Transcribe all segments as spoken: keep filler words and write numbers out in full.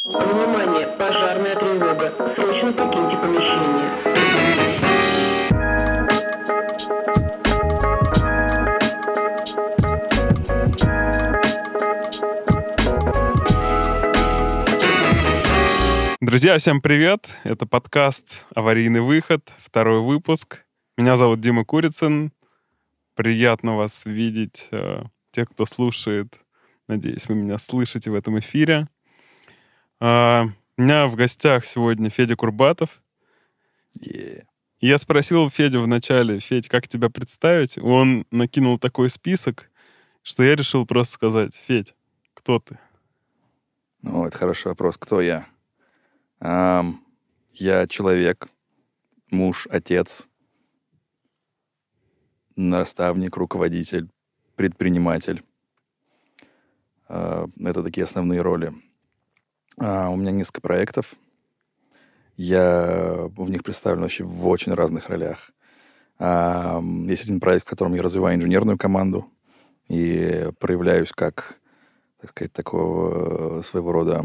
Внимание, пожарная тревога. Срочно покиньте помещение. Друзья, всем привет! Это подкаст «Аварийный выход», второй выпуск. Меня зовут Дима Курицын. Приятно вас видеть. Те, кто слушает, надеюсь, вы меня слышите в этом эфире. У меня в гостях сегодня Федя Курбатов. Yeah. Я спросил Федю вначале: Федь, как тебя представить? Он накинул такой список, что я решил просто сказать: Федь, кто ты? Ну, это хороший вопрос. Кто я? Um, я человек, муж, отец, наставник, руководитель, предприниматель. Uh, это такие основные роли. Uh, у меня несколько проектов. Я в них представлен вообще в очень разных ролях. Uh, есть один проект, в котором я развиваю инженерную команду и проявляюсь как, так сказать, такого своего рода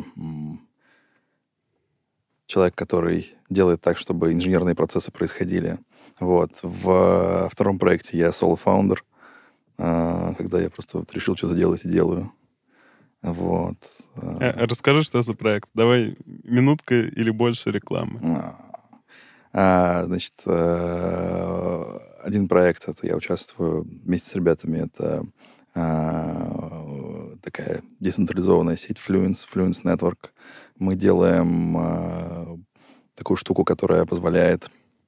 человек, который делает так, чтобы инженерные процессы происходили. Вот. В втором проекте я соло-фаундер, когда я просто вот решил что-то делать и делаю. Вот. Расскажи, что за проект. Давай минутка или больше рекламы. А, значит, один проект, это я участвую вместе с ребятами, это такая децентрализованная сеть Fluence, Fluence Network. Мы делаем э, такую штуку, которая позволяет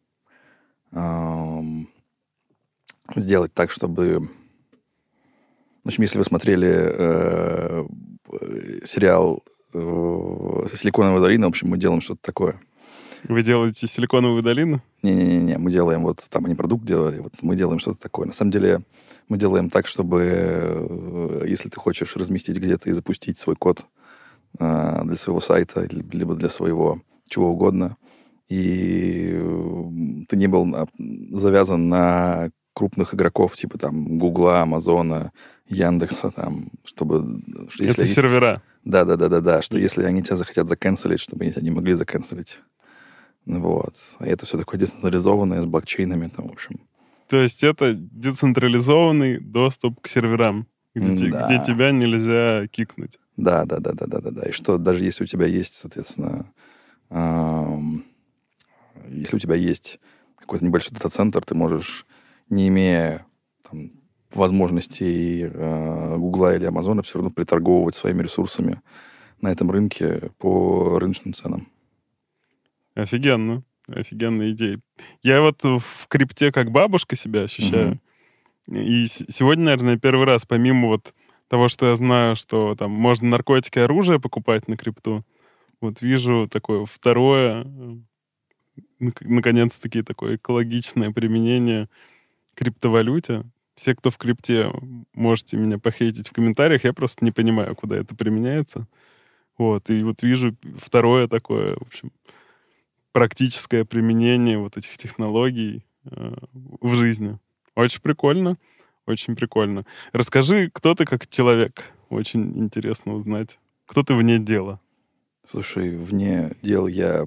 э, сделать так, чтобы... В общем, если вы смотрели э, сериал э, «Силиконовая долина», в общем, мы делаем что-то такое. Вы делаете «Силиконовую долину»? Не-не-не, мы делаем вот... Там они продукт делали, вот мы делаем что-то такое. На самом деле мы делаем так, чтобы, если ты хочешь разместить где-то и запустить свой код для своего сайта, либо для своего чего угодно, и ты не был завязан на крупных игроков, типа там Гугла, Амазона, Яндекса, там, чтобы... Что, это если сервера? Да-да-да-да-да, что если они тебя захотят заканцелить, чтобы они тебя не могли заканцелить. Вот. И это все такое децентрализованное, с блокчейнами, там, в общем. То есть это децентрализованный доступ к серверам, где, да. где тебя нельзя кикнуть. Да, да, да, да, да, да, да. И что даже если у тебя есть, соответственно, эм, если у тебя есть какой-то небольшой дата-центр, ты можешь, не имея там, возможностей э, Гугла или Амазона, все равно приторговывать своими ресурсами на этом рынке по рыночным ценам. Офигенно. Офигенная идея. Я вот в крипте как бабушка себя ощущаю. Uh-huh. И сегодня, наверное, первый раз, помимо вот того, что я знаю, что там можно наркотики и оружие покупать на крипту, вот вижу такое второе, наконец-таки такое экологичное применение криптовалюте. Все, кто в крипте, можете меня похейтить в комментариях, я просто не понимаю, куда это применяется. Вот, и вот вижу второе такое, в общем, практическое применение вот этих технологий э, в жизни. Очень прикольно, очень прикольно. Расскажи, кто ты как человек. Очень интересно узнать. Кто ты вне дела? Слушай, вне дел я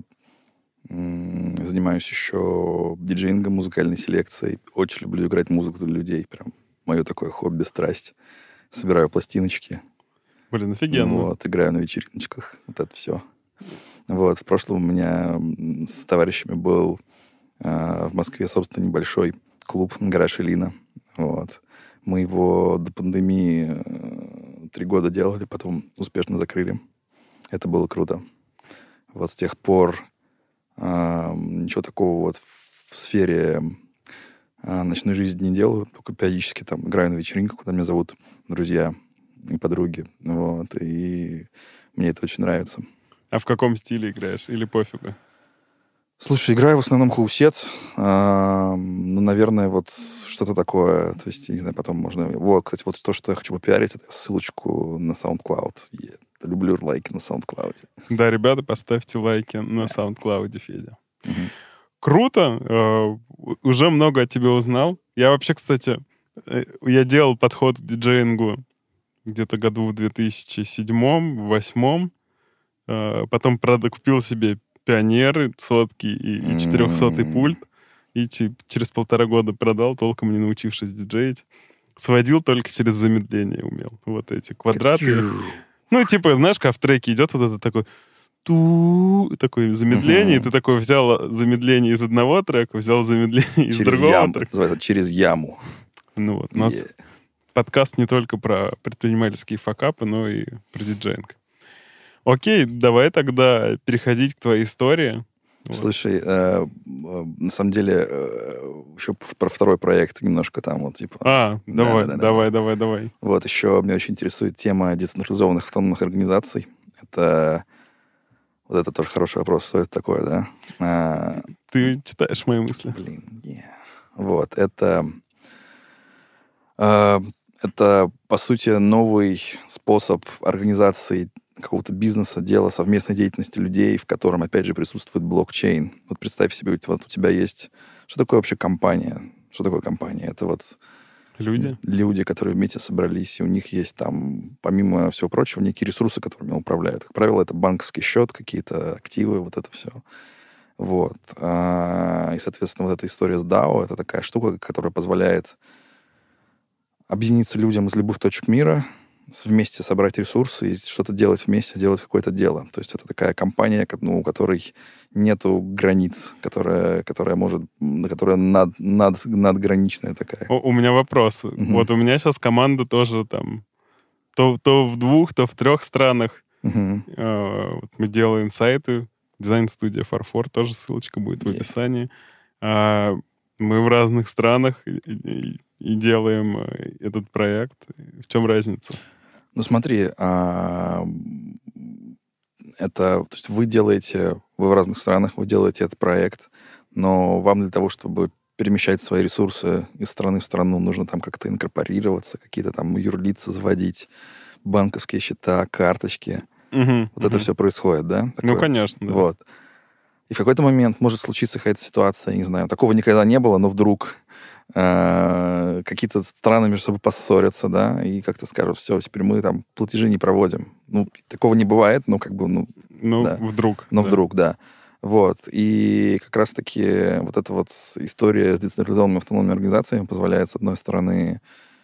м- занимаюсь еще диджеингом, музыкальной селекцией. Очень люблю играть музыку для людей. Прям мое такое хобби, страсть. Собираю пластиночки. Блин, офигенно. Вот, играю на вечериночках. Вот это все. Вот, в прошлом у меня с товарищами был э, в Москве, собственно, небольшой клуб «Гараж Элина». Вот. Мы его до пандемии э, три года делали, потом успешно закрыли. Это было круто. Вот с тех пор э, ничего такого вот в сфере э, ночной жизни не делаю. Только периодически там играю на вечеринках, куда меня зовут друзья и подруги. Вот. И мне это очень нравится. А в каком стиле играешь? Или пофигу? Слушай, играю в основном хаусет. А, ну, наверное, вот что-то такое. То есть, не знаю, потом можно... Вот, кстати, вот то, что я хочу попиарить, это ссылочку на SoundCloud. Я люблю лайки на SoundCloud. Да, ребята, поставьте лайки на yeah. SoundCloud, Федя. Mm-hmm. Круто. Uh, уже много о тебе узнал. Я вообще, кстати, я делал подход к диджеингу где-то году в две тысячи седьмом, две тысячи восьмом. э, потом, правда, купил себе пионеры, сотки и, и четырехсотый М. пульт, и че- через полтора года продал, толком не научившись диджеить. Сводил только через замедление умел. Вот эти квадраты. Ну, типа, знаешь, как в треке идет вот это такой ту, такое замедление, и ты Мгм. такой взял замедление из одного трека, взял замедление из Через другого яму. Это трека. называется через яму. Ну вот, у нас Е. подкаст не только про предпринимательские факапы, но и про диджеинг. Окей, давай тогда переходить к твоей истории. Вот. Слушай, э, э, на самом деле, э, еще п- про второй проект немножко там вот типа... А, Да, давай, да, да, давай, да. давай, давай. Вот еще меня очень интересует тема децентрализованных автономных организаций. Это... Вот это тоже хороший вопрос, что это такое, да? А, Ты читаешь мои мысли. блин, yeah. Вот, это... э, это, по сути, новый способ организации какого-то бизнеса, дела, совместной деятельности людей, в котором, опять же, присутствует блокчейн. Вот представь себе, вот у тебя есть... Что такое вообще компания? Что такое компания? Это вот Люди. люди, которые вместе собрались, и у них есть там, помимо всего прочего, некие ресурсы, которыми управляют. Как правило, это банковский счет, какие-то активы, вот это все. Вот. А, И, соответственно, вот эта история с дао — это такая штука, которая позволяет объединиться людям из любых точек мира, с- вместе собрать ресурсы и что-то делать вместе, делать какое-то дело. То есть это такая компания, ко- ну, у которой нету границ, которая, которая может, м, которая над, над, надграничная такая. О, у меня вопрос. Мгм. Вот у меня сейчас команда тоже там то, то в двух, то в трех странах. Мгм. Э, вот мы делаем сайты. Дизайн-студия Фарфор, тоже ссылочка будет в Е. описании. А, мы в разных странах и, и- и делаем э, этот проект. В чем разница? Ну, смотри, а, м, это, то есть вы делаете, вы в разных странах, вы делаете этот проект, но вам для того, чтобы перемещать свои ресурсы из страны в страну, нужно там как-то инкорпорироваться, какие-то там юрлица заводить, банковские счета, карточки. Мгм, Вот это мгм. все происходит, да? Ну, Такое? конечно, да. Вот. И в какой-то момент может случиться какая-то ситуация, не знаю, такого никогда не было, но вдруг э, какие-то страны между собой поссорятся, да, и как-то скажут, все, теперь мы там платежи не проводим. Ну, такого не бывает, но как бы, ну, Ну, да. вдруг. Но да. вдруг, да. Вот. И как раз-таки вот эта вот история с децентрализованными автономными организациями позволяет, с одной стороны,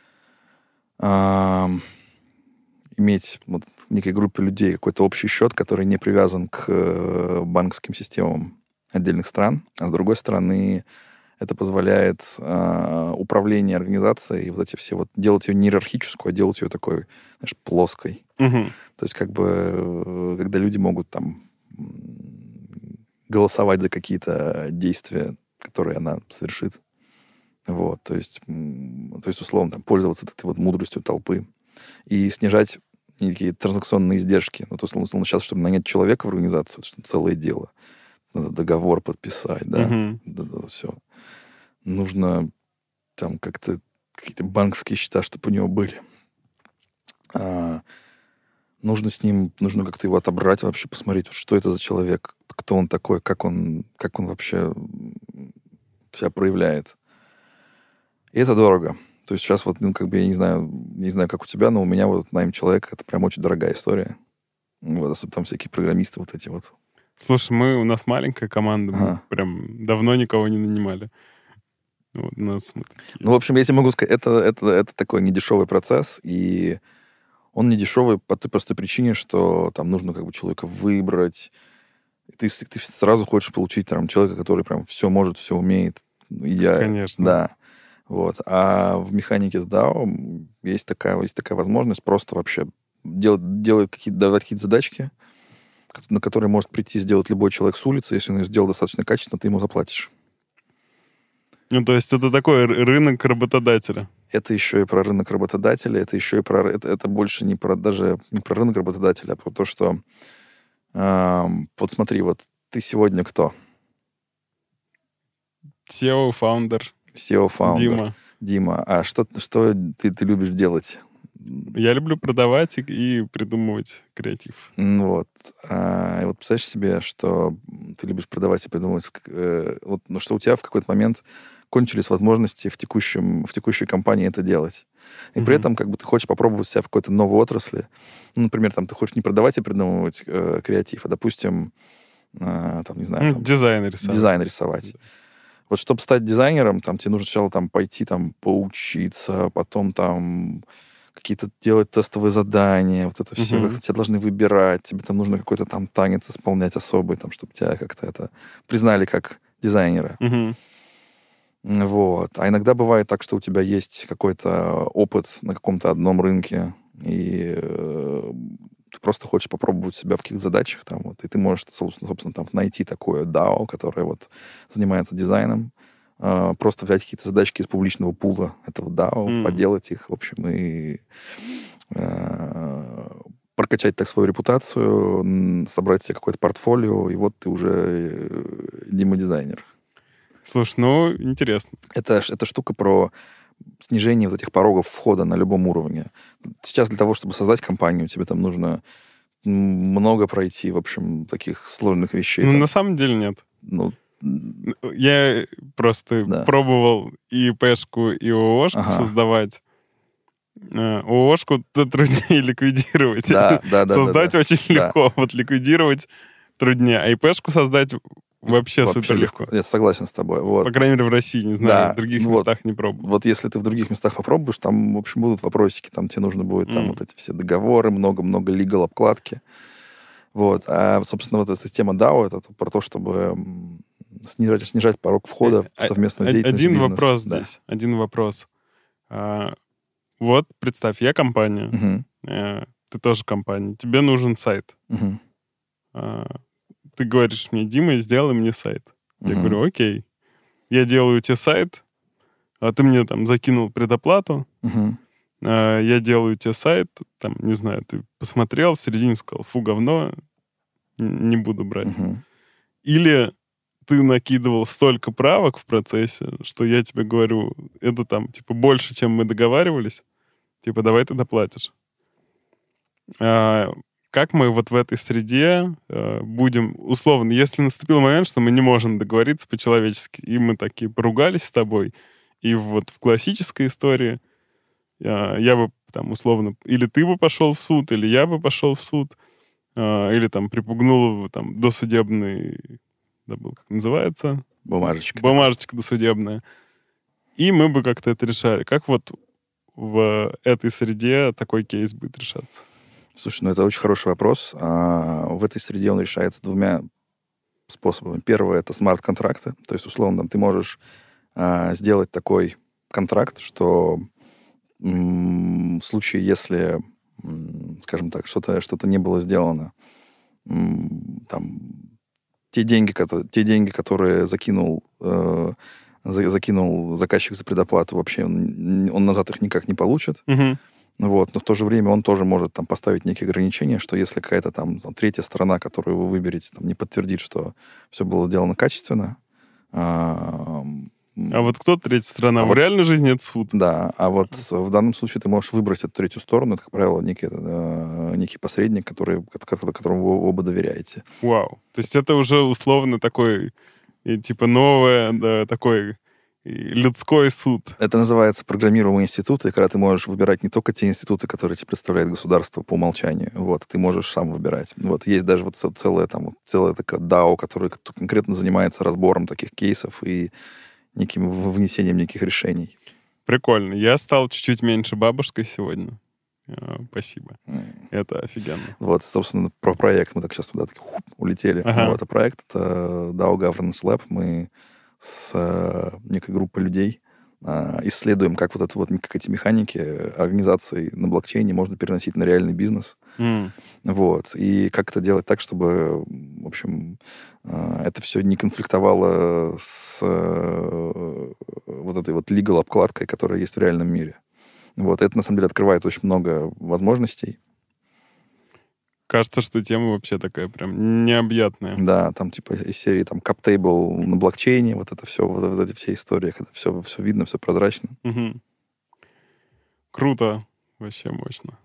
ам, иметь вот в некой группе людей какой-то общий счет, который не привязан к э, банковским системам отдельных стран, а с другой стороны, это позволяет э, управление организацией, вот эти все вот, делать ее не иерархическую, а делать ее такой, знаешь, плоской. Мгм. То есть как бы, э, когда люди могут там м, голосовать за какие-то действия, которые она совершит. Вот, то есть, м, то есть условно, там, пользоваться этой вот мудростью толпы и снижать некие транзакционные издержки. Ну, то есть, условно, сейчас, чтобы нанять человека в организацию, это что целое дело. Надо договор подписать, да, Мгм. да, да, все. Нужно там как-то какие-то банковские счета, чтобы у него были. А, нужно с ним, нужно как-то его отобрать вообще, посмотреть, вот что это за человек, кто он такой, как он, как он вообще м, себя проявляет. И это дорого. То есть сейчас вот, ну, как бы, я не знаю, не знаю, как у тебя, но у меня вот найм человека — это прям очень дорогая история. Вот, особенно там всякие программисты вот эти вот. Слушай, мы, у нас маленькая команда, мы Ага. прям давно никого не нанимали. Вот у нас мы такие. Ну, в общем, я тебе могу сказать, это, это, это такой недешевый процесс, и он недешевый по той простой причине, что там нужно как бы человека выбрать. И ты, с- ты сразу хочешь получить там человека, который прям все может, все умеет. Идеально. Конечно. Да. Вот. А в механике с дао есть такая, есть такая возможность просто вообще делать, делать какие-то, давать какие-то задачки, на которые может прийти сделать любой человек с улицы. Если он ее сделал достаточно качественно, ты ему заплатишь. Ну, то есть это такой р- рынок работодателя. Это еще и про рынок работодателя, это еще и про... Это, это больше не про даже не про рынок работодателя, а про то, что... эм, вот смотри, вот ты сегодня кто? сео, фаундер, си и о-фаундер. Дима. Дима. А что, что ты, ты любишь делать? Я люблю продавать и, и придумывать креатив. Ну вот. А, и вот представляешь себе, что ты любишь продавать и придумывать... э, вот, ну, что у тебя в какой-то момент кончились возможности в, текущем, в текущей компании это делать. И Мгм. при этом как бы ты хочешь попробовать себя в какой-то новой отрасли. Ну, например, там ты хочешь не продавать и придумывать э, креатив, а, допустим, э, там, не знаю, Ну, там, дизайн рисовать. дизайн рисовать. Вот чтобы стать дизайнером, там тебе нужно сначала там пойти там поучиться, потом там какие-то делать тестовые задания, вот это все, Мгм. как-то тебя должны выбирать, тебе там нужно какой-то там танец исполнять особый, там, чтобы тебя как-то это признали как дизайнера. Мгм. Вот. А иногда бывает так, что у тебя есть какой-то опыт на каком-то одном рынке, и э, ты просто хочешь попробовать себя в каких-то задачах, там, вот, и ты можешь, собственно, собственно там, найти такое дао, которое вот занимается дизайном, э, просто взять какие-то задачки из публичного пула этого дао, М. поделать их, в общем, и э, прокачать так свою репутацию, м, собрать себе какое-то портфолио, и вот ты уже э, Дима-дизайнер. Слушай, ну, интересно. Это, ш- это штука про снижение вот этих порогов входа на любом уровне. Сейчас для того, чтобы создать компанию, тебе там нужно м, много пройти, в общем, таких сложных вещей. Ну, там, на самом деле нет. ну, м, Я просто да. пробовал и ИПшку, и ООшку Ага. создавать. Э, ООшку то труднее ликвидировать. Да, да, да, да, Создать да. очень Да. легко, вот ликвидировать труднее. А ИПшку создать вообще, супер легко. Я согласен с тобой. Вот. По крайней мере, в России, не знаю, Да, в других ну вот. местах не пробовал. Вот если ты в других местах попробуешь, там, в общем, будут вопросики, там тебе нужно будет там М. вот эти все договоры, много-много legal обкладки. Вот. А, собственно, вот эта система дао, это про то, чтобы м, снижать, снижать порог входа в Э, совместную Од- деятельность. Один бизнес. вопрос Да. здесь. Один вопрос. А, Вот, представь, я компания, Мгм. э, ты тоже компания. Тебе нужен сайт. Мгм. А, Ты говоришь мне: Дима, сделай мне сайт. Я Мгм. говорю: окей. Я делаю тебе сайт, а ты мне там закинул предоплату, Мгм. а, я делаю тебе сайт, там, не знаю, ты посмотрел, в середине сказал: фу, говно, н- не буду брать. Мгм. Или ты накидывал столько правок в процессе, что я тебе говорю, это там, типа, больше, чем мы договаривались, типа, давай ты доплатишь. А, Как мы вот в этой среде э, будем, условно, если наступил момент, что мы не можем договориться по-человечески, и мы такие поругались с тобой, и вот в классической истории а, я бы там условно, или ты бы пошел в суд, или я бы пошел в суд, а, или там припугнул его там досудебный, забыл, как называется, Бумажечка. бумажечка досудебная, и мы бы как-то это решали. Как вот в этой среде такой кейс будет решаться? Слушай, ну это очень хороший вопрос. А, в этой среде он решается двумя способами. Первое — это смарт-контракты. То есть, условно, там, ты можешь а, сделать такой контракт, что м, в случае, если, м, скажем так, что-то что не было сделано, м, там, те деньги, которые, те деньги, которые закинул, э, за- закинул заказчик за предоплату, вообще он, он назад их никак не получит. Мгм. Вот, но в то же время он тоже может там поставить некие ограничения, что если какая-то там, там третья сторона, которую вы выберете, там, не подтвердит, что все было сделано качественно. а, м, А вот кто третья сторона? А в вот- реальной жизни это суд. Да, а вот в данном случае ты можешь выбрать эту третью сторону. Это, как правило, некий, э, некий посредник, который, ко- ко- которому вы оба доверяете. Вау. То есть это уже условно такой, и, типа, новое, да, такой и людской суд. Это называется программируемые институты, когда ты можешь выбирать не только те институты, которые тебе представляет государство по умолчанию, вот, ты можешь сам выбирать. Вот есть даже вот ц- целая там вот целая такая дао, которая к- конкретно занимается разбором таких кейсов и неким в- внесением неких решений. Прикольно. Я стал чуть-чуть меньше бабушкой сегодня. А, Спасибо. М. Это офигенно. Вот, собственно, про проект мы так сейчас туда так, хуп, улетели. Ага. Вот, а проект — это дао Governance Lab. Мы с э, некой группой людей а, исследуем, как вот, это вот, как эти механики организации на блокчейне можно переносить на реальный бизнес. М. Вот. И как это делать так, чтобы, в общем, э, это все не конфликтовало с э, вот этой вот legal обкладкой, которая есть в реальном мире. Вот. Это, на самом деле, открывает очень много возможностей. Кажется, что тема вообще такая прям необъятная. Да, там типа из серии там каптейбл на блокчейне, вот это все, вот, вот эти все истории, когда все, все видно, все прозрачно. Мгм. Круто. Вообще мощно.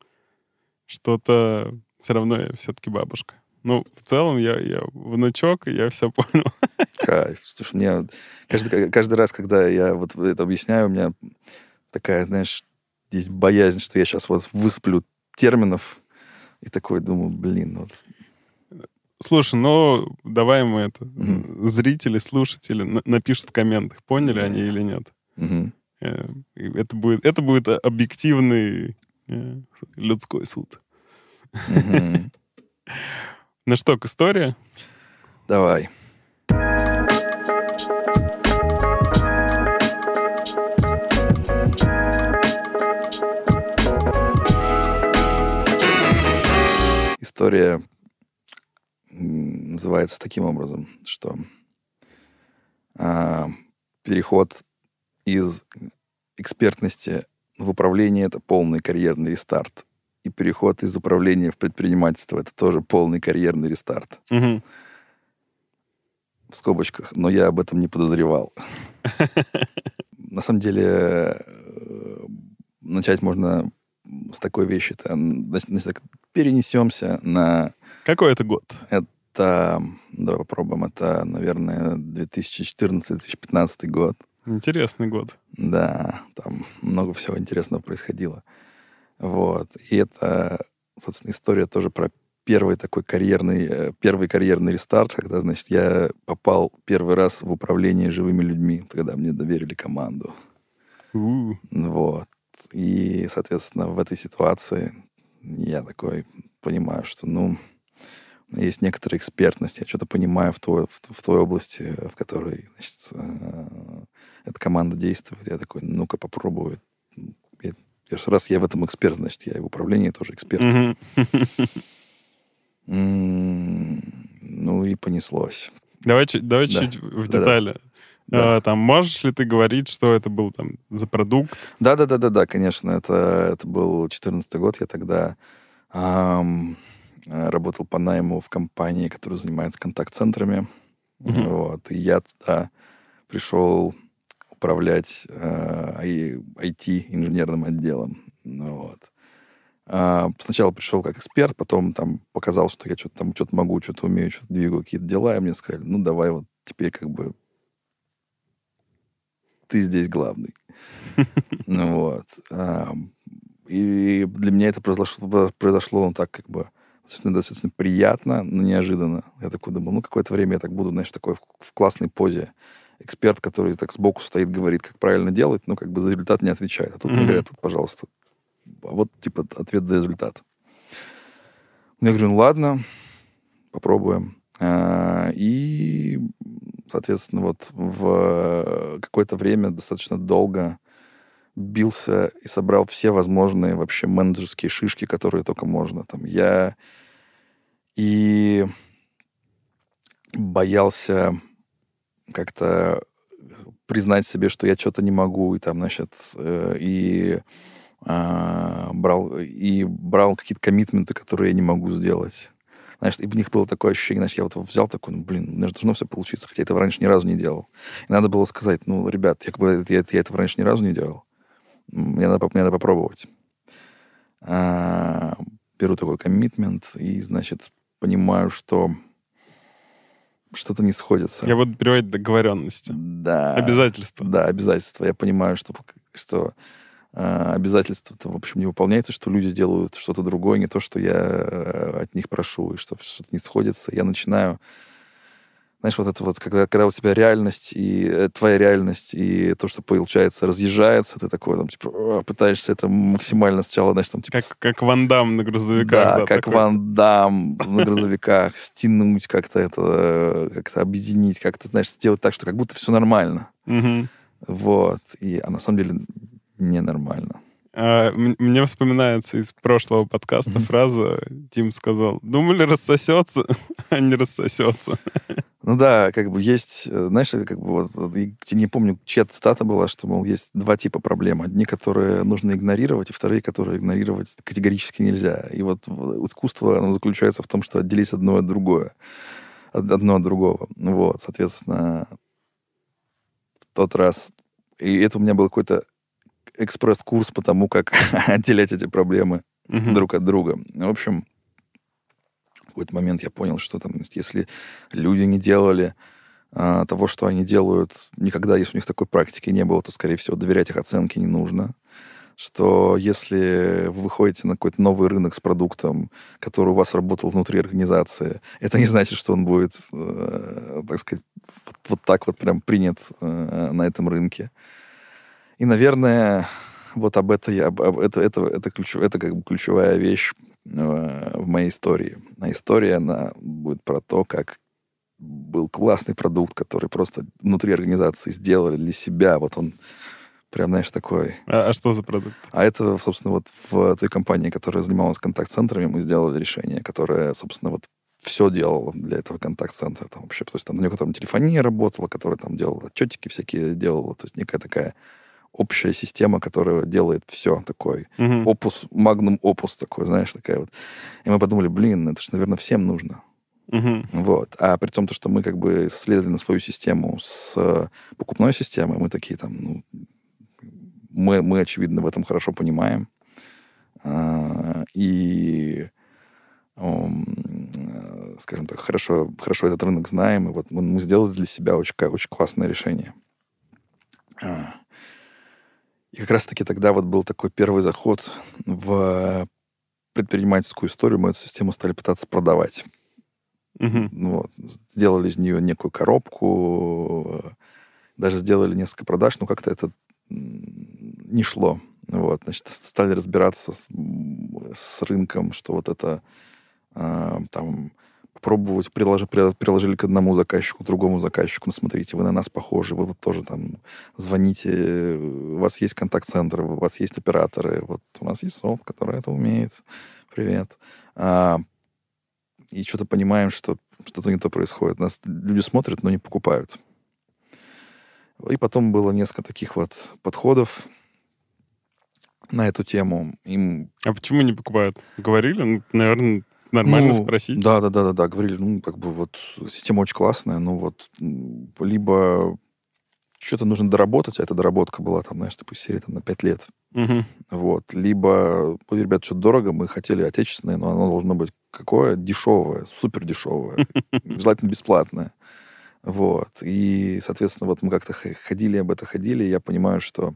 Что-то все равно я все-таки бабушка. Ну, в целом я, я внучок, и я все понял. Кайф. Слушай, мне каждый, каждый раз, когда я вот это объясняю, у меня такая, знаешь, здесь боязнь, что я сейчас вот высплю терминов и такой думаю, блин, вот... Слушай, ну, давай мы это... Мгм. Зрители, слушатели на- напишут в комментах, поняли Да. они или нет. Мгм. Э, и Это будет, это будет объективный э, людской суд. Мгм. Ну что, к истории? Давай. История м, называется таким образом, что а, переход из экспертности в управление — это полный карьерный рестарт. И переход из управления в предпринимательство — это тоже полный карьерный рестарт. Мгм. В скобочках, но я об этом не подозревал. На самом деле, э, начать можно с такой вещи. Это, значит, значит, так, перенесемся на... Какой это год? Это, давай попробуем, это, наверное, две тысячи четырнадцатый — две тысячи пятнадцатый год. Интересный год. Да, там много всего интересного происходило. Вот. И это, собственно, история тоже про первый такой карьерный, э, первый карьерный рестарт, когда, значит, я попал первый раз в управление живыми людьми, когда мне доверили команду. У, Вот. И, соответственно, в этой ситуации я такой понимаю, что, ну, у меня есть некоторая экспертность, я что-то понимаю в той, в, в той области, в которой, значит, э, эта команда действует. Я такой, ну-ка, попробую. Я- раз я в этом эксперт, значит, я и в управлении тоже эксперт. мгм. М, Ну и понеслось. Давай, чуть- давай Да. чуть в Да-да. детали. Да. А, там, можешь ли ты говорить, что это был там за продукт? Да, да, да, да, да, конечно. Это, это был четырнадцатый год. Я тогда ам, э, работал по найму в компании, которая занимается контакт-центрами. Мгм. Вот. И я туда пришел управлять э, ай- ай ти-инженерным отделом. Ну вот. А, сначала пришел как эксперт, потом там показал, что я что-то там что-то могу, что-то умею, что-то двигаю, какие-то дела. И мне сказали, ну, давай вот теперь как бы ты здесь главный. Ну вот. А, И для меня это произошло, произошло ну, так как бы достаточно, достаточно приятно, но неожиданно. Я такой думал, ну, какое-то время я так буду, знаешь, такой в, в классной позе. Эксперт, который так сбоку стоит, говорит, как правильно делать, но как бы за результат не отвечает. А тут мне Мгм. говорят, тут, пожалуйста, а вот, типа, ответ за результат. Я говорю, ну, ладно, попробуем. А, И, соответственно, вот в какое-то время достаточно долго бился и собрал все возможные вообще менеджерские шишки, которые только можно. Там я и боялся как-то признать себе, что я что-то не могу, и там, значит, э, и а, брал, и брал какие-то коммитменты, которые я не могу сделать. Знаешь, и в них было такое ощущение, знаешь, я вот взял такой, ну, блин, у меня же должно все получиться, хотя я этого раньше ни разу не делал. И надо было сказать, ну, ребят, я, как бы, я, я этого раньше ни разу не делал. Мне надо, мне надо попробовать. А, беру такой коммитмент и, значит, понимаю, что что-то не сходится. Я буду переводить договоренности. Да. Обязательства. Да, обязательства. Я понимаю, что, что а, обязательства-то, в общем, не выполняются, что люди делают что-то другое, не то, что я э, от них прошу, и что что-то не сходится. Я начинаю, знаешь, вот это вот, когда, когда у тебя реальность, и э, твоя реальность, и то, что получается, разъезжается, ты такой, там, типа, пытаешься это максимально сначала, знаешь, там, типа... Как, как Ван Дам на грузовиках. Да, Да, как такой. Ван Дам на грузовиках, стянуть как-то это, как-то объединить, как-то, знаешь, сделать так, что как будто все нормально. Мгм. Вот. И, а на самом деле ненормально. А, м- мне вспоминается из прошлого подкаста Мгм. фраза, Тим сказал, думали, рассосется, а не рассосется. Ну да, как бы есть, э, знаешь, как бы вот, и не помню, чья цитата была, что, мол, есть два типа проблем. Одни, которые нужно игнорировать, и вторые, которые игнорировать категорически нельзя. И вот в- искусство, оно заключается в том, что отделить одно от другое. Од- Одно от другого. Вот, соответственно, в тот раз... И это у меня был какой-то экспресс-курс по тому, как отделять эти проблемы Мгм. друг от друга. В общем, в какой-то момент я понял, что там, если люди не делали а, того, что они делают, никогда, если у них такой практики не было, то, скорее всего, доверять их оценке не нужно. Что если вы выходите на какой-то новый рынок с продуктом, который у вас работал внутри организации, это не значит, что он будет, э, так сказать, вот, вот так вот прям принят э, на этом рынке. И, наверное, вот об этом я, об, это, это, это, ключ, это как бы ключевая вещь э, в моей истории. А история, она будет про то, как был классный продукт, который просто внутри организации сделали для себя. Вот он прям, знаешь, такой... А, а что за продукт? А это, собственно, вот в той компании, которая занималась контакт-центрами, мы сделали решение, которое, собственно, вот все делало для этого контакт-центра. Там вообще, то есть там на некотором телефония работала, которая там делала отчетики всякие, делала. То есть некая такая общая система, которая делает все такой. Мгм. Опус, магнум опус такой, знаешь, такая вот. И мы подумали, блин, это же, наверное, всем нужно. Мгм. Вот. А при том, то, что мы как бы исследовали на свою систему с э, покупной системой, мы такие там, ну, мы, мы, очевидно, в этом хорошо понимаем. А, и, ум, э, скажем так, хорошо, хорошо этот рынок знаем. И вот мы, мы сделали для себя очень, ка- очень классное решение. А, и как раз-таки тогда вот был такой первый заход в предпринимательскую историю. Мы эту систему стали пытаться продавать. Мгм. Ну вот. Сделали из нее некую коробку, э, даже сделали несколько продаж, но как-то это м, не шло. Вот, значит, стали разбираться с, м, с рынком, что вот это а, там попробовать, приложи- при- приложили к одному заказчику, к другому заказчику, ну, смотрите, вы на нас похожи, вы вот тоже там звоните, у вас есть контакт-центр, у вас есть операторы, вот у нас есть софт, который это умеет. Привет. А, и что-то понимаем, что что-то не то происходит. Нас люди смотрят, но не покупают. И потом было несколько таких вот подходов на эту тему. Им, А почему не покупают? Говорили? Ну, наверное, нормально ну, спросить. да, да, да, да, да, говорили, ну, как бы вот система очень классная, ну вот м, либо что-то нужно доработать, а эта доработка была там, знаешь, типа серии там, на пять лет. Мгм. Вот. Либо, ой, ребят, что-то дорого, мы хотели отечественное, но оно должно быть какое? Дешевое, супер дешевое, желательно бесплатное. Вот. И, соответственно, вот мы как-то х- ходили об этом, ходили, и я понимаю, что,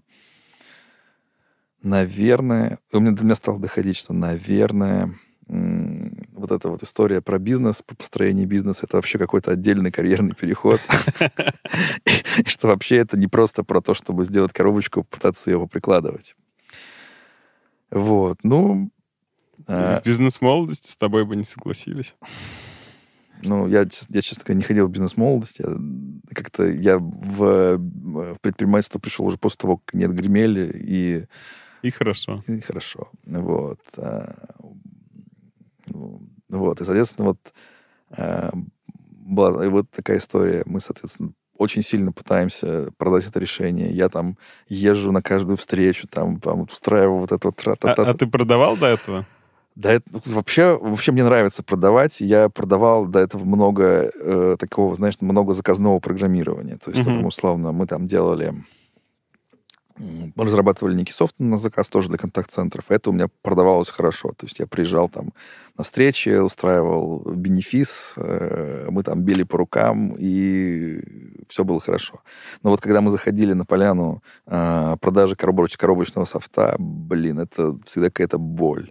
наверное, у меня, до меня стало доходить, что, наверное, м, вот эта вот история про бизнес, про построение бизнеса, это вообще какой-то отдельный карьерный переход. И что вообще это не просто про то, чтобы сделать коробочку, пытаться ее поприкладывать. Вот. Ну, В бизнес-молодости с тобой бы не согласились. Ну, я, чес- я, честно говоря, не ходил в бизнес-молодость. Я как-то я в, в предпринимательство пришел уже после того, как не отгремели, и, И хорошо. и хорошо. Вот. А, ну, вот. И, соответственно, вот а, была и вот такая история. Мы, соответственно, очень сильно пытаемся продать это решение. Я там езжу на каждую встречу, там, там устраиваю вот это вот А, тра-та-та. а ты продавал до этого? Да, это, ну, вообще, вообще мне нравится продавать. Я продавал до этого много э, такого, знаешь, много заказного программирования. То есть, Мгм. там, условно, мы там делали... м, Мы разрабатывали некий софт на заказ тоже для контакт-центров. Это у меня продавалось хорошо. То есть я приезжал там на встречи, устраивал бенефис, э, мы там били по рукам, и все было хорошо. Но вот когда мы заходили на поляну э, продажи коробоч- коробочного софта, блин, это всегда какая-то боль.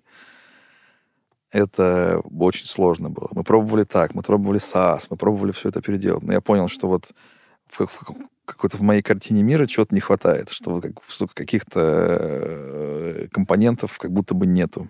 Это очень сложно было. Мы пробовали так, мы пробовали SaaS, мы пробовали все это переделать. Но я понял, что вот в, как- в какой-то в моей картине мира чего-то не хватает, что, вот как, что каких-то э, компонентов как будто бы нету.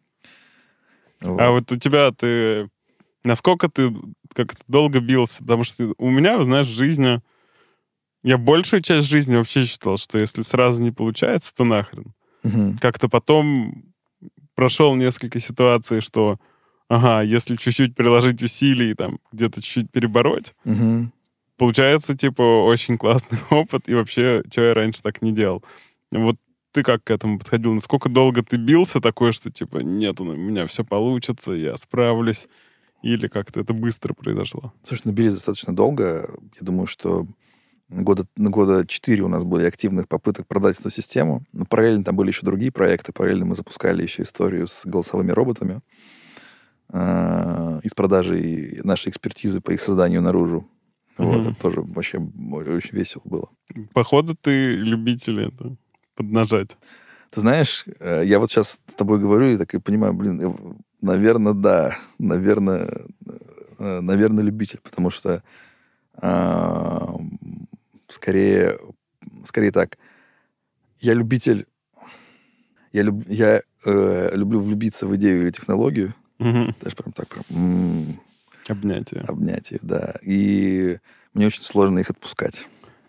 А Вот. вот у тебя ты... Насколько ты как-то долго бился? Потому что у меня, знаешь, в жизни... Я большую часть жизни вообще считал, что если сразу не получается, то нахрен. Мгм. Как-то потом прошел несколько ситуаций, что, ага, если чуть-чуть приложить усилий, там, где-то чуть-чуть перебороть, Мгм. получается, типа, очень классный опыт, и вообще, что я раньше так не делал. Вот ты как к этому подходил? Насколько долго ты бился такое, что, типа, нет, у меня все получится, я справлюсь, или как-то это быстро произошло? Слушай, ну бились достаточно долго. Я думаю, что года, ну, года четыре у нас были активных попыток продать эту систему. Но параллельно там были еще другие проекты. Параллельно мы запускали еще историю с голосовыми роботами. э, из продажи нашей экспертизы по их созданию наружу. Вот, Мгм. это тоже вообще очень весело было. Походу, ты любитель это поднажать. Ты знаешь, э, я вот сейчас с тобой говорю и так и понимаю, блин, наверное, да, наверное, наверное, любитель, потому что а, м, скорее, скорее так, я любитель, я, люб, я э, люблю влюбиться в идею или технологию, Мгм. даже прям так, прям м, Обнятие. обнять ее, да, и мне очень сложно их отпускать.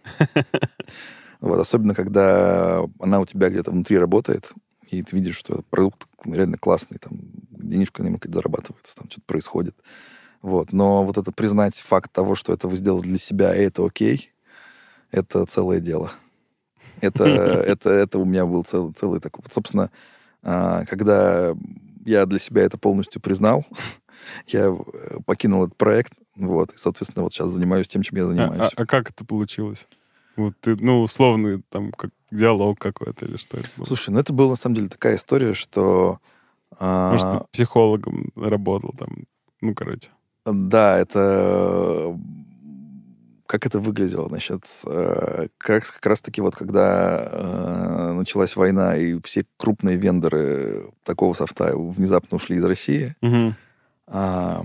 Вот, особенно, когда она у тебя где-то внутри работает, и ты видишь, что продукт реально классный, там, денежка на нем зарабатывается, там что-то происходит. Вот. Но вот это признать факт того, что это вы сделали для себя, и это окей, это целое дело. Это, это, это у меня был цел, целый такой... Вот, собственно, а, когда я для себя это полностью признал, я э, покинул этот проект, вот, и, соответственно, вот сейчас занимаюсь тем, чем я А, а- занимаюсь. а как это получилось? Вот ты, ну, условный там как диалог какой-то или что это было? Слушай, ну это была, на самом деле, такая история, что... Может, ты а, психологом работал там, ну, короче. Да, это... Как это выглядело? Значит, э, как, как раз-таки вот когда э, началась война, и все крупные вендоры такого софта внезапно ушли из России, Мгм. а,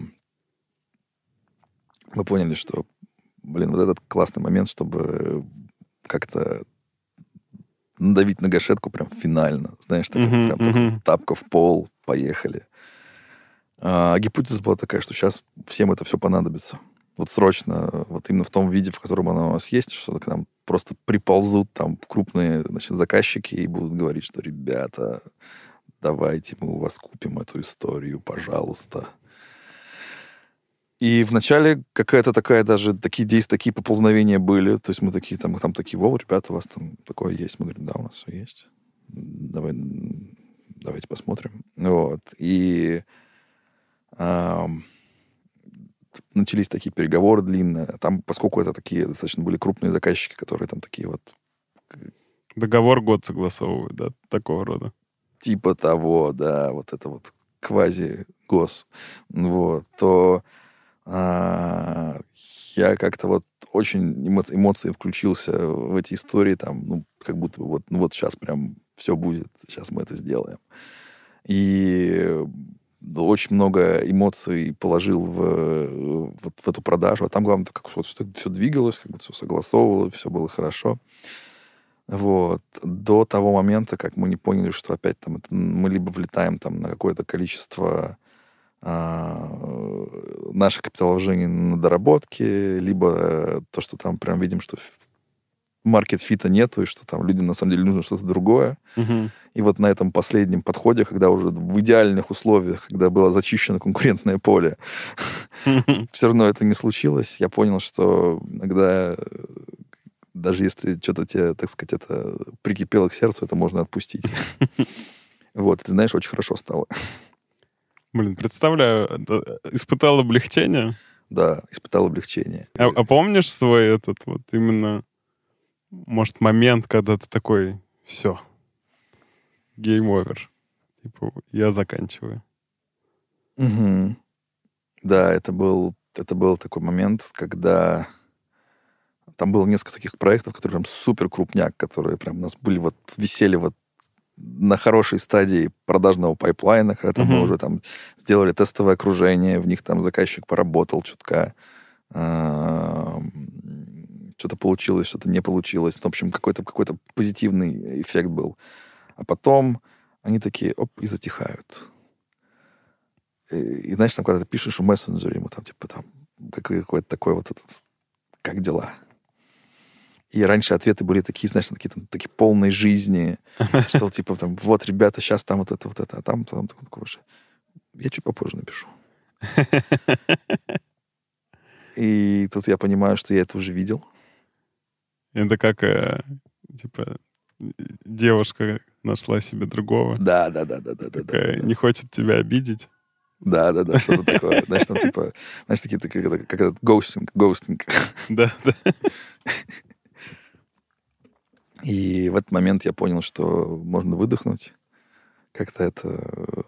мы поняли, что, блин, вот этот классный момент, чтобы как-то надавить на гашетку прям финально. Знаешь, так это Мгм, прям такой мгм. тапка в пол, поехали. А гипотеза была такая, что сейчас всем это все понадобится. Вот срочно, вот именно в том виде, в котором оно у нас есть, что к нам просто приползут там крупные, значит, заказчики и будут говорить, что, ребята, давайте мы у вас купим эту историю, пожалуйста. И вначале какая-то такая даже, такие действия, такие поползновения были. То есть мы такие, там, там такие, о, ребята, у вас там такое есть. Мы говорим, да, у нас все есть. Давай, давайте посмотрим. Вот. И ам, начались такие переговоры длинные. Там, поскольку это такие достаточно были крупные заказчики, которые там такие вот Договор год согласовывают, да, такого рода. типа того, да, вот это вот квази-гос, вот, то а, я как-то вот очень эмо- эмоции включился в эти истории, там, ну, как будто бы вот, ну, вот сейчас прям все будет, сейчас мы это сделаем. И да, очень много эмоций положил в, вот в эту продажу. А там главное, как, вот, что все двигалось, как бы все согласовывалось, все было хорошо. Вот. До того момента, как мы не поняли, что опять там это, мы либо влетаем там на какое-то количество а, наших капиталовложений на доработки, либо то, что там прям видим, что маркет-фита нету, и что там людям на самом деле нужно что-то другое. Мгм. И вот на этом последнем подходе, когда уже в идеальных условиях, когда было зачищено конкурентное поле, все равно это не случилось, я понял, что иногда, э, даже если что-то тебе, так сказать, это прикипело к сердцу, это можно отпустить. Вот, и ты знаешь, очень хорошо стало. Блин, представляю, это, э, испытал облегчение. Да, испытал облегчение. А, а помнишь свой этот вот именно, может, момент, когда ты такой, все, гейм овер. Типа, я заканчиваю. Мгм. Да, это был, это был такой момент, когда там было несколько таких проектов, которые прям супер крупняк, которые прям у нас были вот, висели вот на хорошей стадии продажного пайплайна, когда там мы Мгм. уже там сделали тестовое окружение, в них там заказчик поработал чутка, что-то получилось, что-то не получилось. В общем, какой-то какой-то позитивный эффект был. А потом они такие, оп, и затихают. И, и знаешь, там, когда ты пишешь в мессенджере, ему там, типа, там, какой- какой-то такой вот этот, как дела? И раньше ответы были такие, знаешь, такие, там, такие полной жизни, что типа там, вот, ребята, сейчас там вот это, вот это, а там, там такое же. Я чуть попозже напишу. И тут я понимаю, что я это уже видел. Это как, э, типа, э, девушка нашла себе другого. Да, да, да, да, да, да, да, Такая, да, не да. хочет тебя обидеть. Да, да, да, что-то такое. Знаешь, там типа, знаешь, такие, такие, как, как этот гоустинг, гоустинг. Да, да. И в этот момент я понял, что можно выдохнуть, как-то это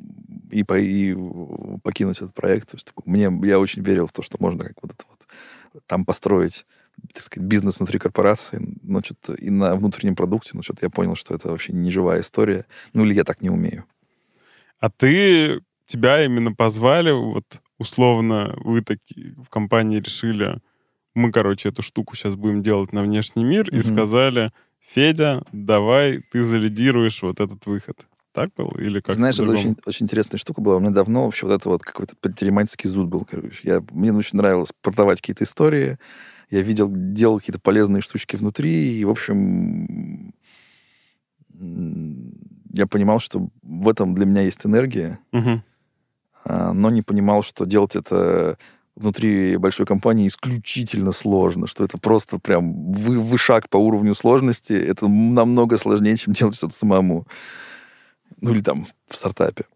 и, по, и покинуть этот проект. То есть, мне, я очень верил в то, что можно как вот это вот там построить, так сказать, бизнес внутри корпорации, но что-то и на внутреннем продукте, но что-то я понял, что это вообще не живая история. Ну, или я так не умею. А ты, тебя именно позвали, вот условно вы такие в компании решили, мы, короче, эту штуку сейчас будем делать на внешний мир, Мгм. и сказали, Федя, давай ты залидируешь вот этот выход. Так было? Или как-то Знаешь, это по-другому? очень, очень интересная штука была. У меня давно вообще вот это вот какой-то предпринимательский зуд был, короче. Я, мне очень нравилось продавать какие-то истории. Я видел, делал какие-то полезные штучки внутри. И, в общем, м, я понимал, что в этом для меня есть энергия, Мгм. а, но не понимал, что делать это внутри большой компании исключительно сложно, что это просто прям вы, вышаг по уровню сложности. Это намного сложнее, чем делать что-то самому. Ну, или там в стартапе.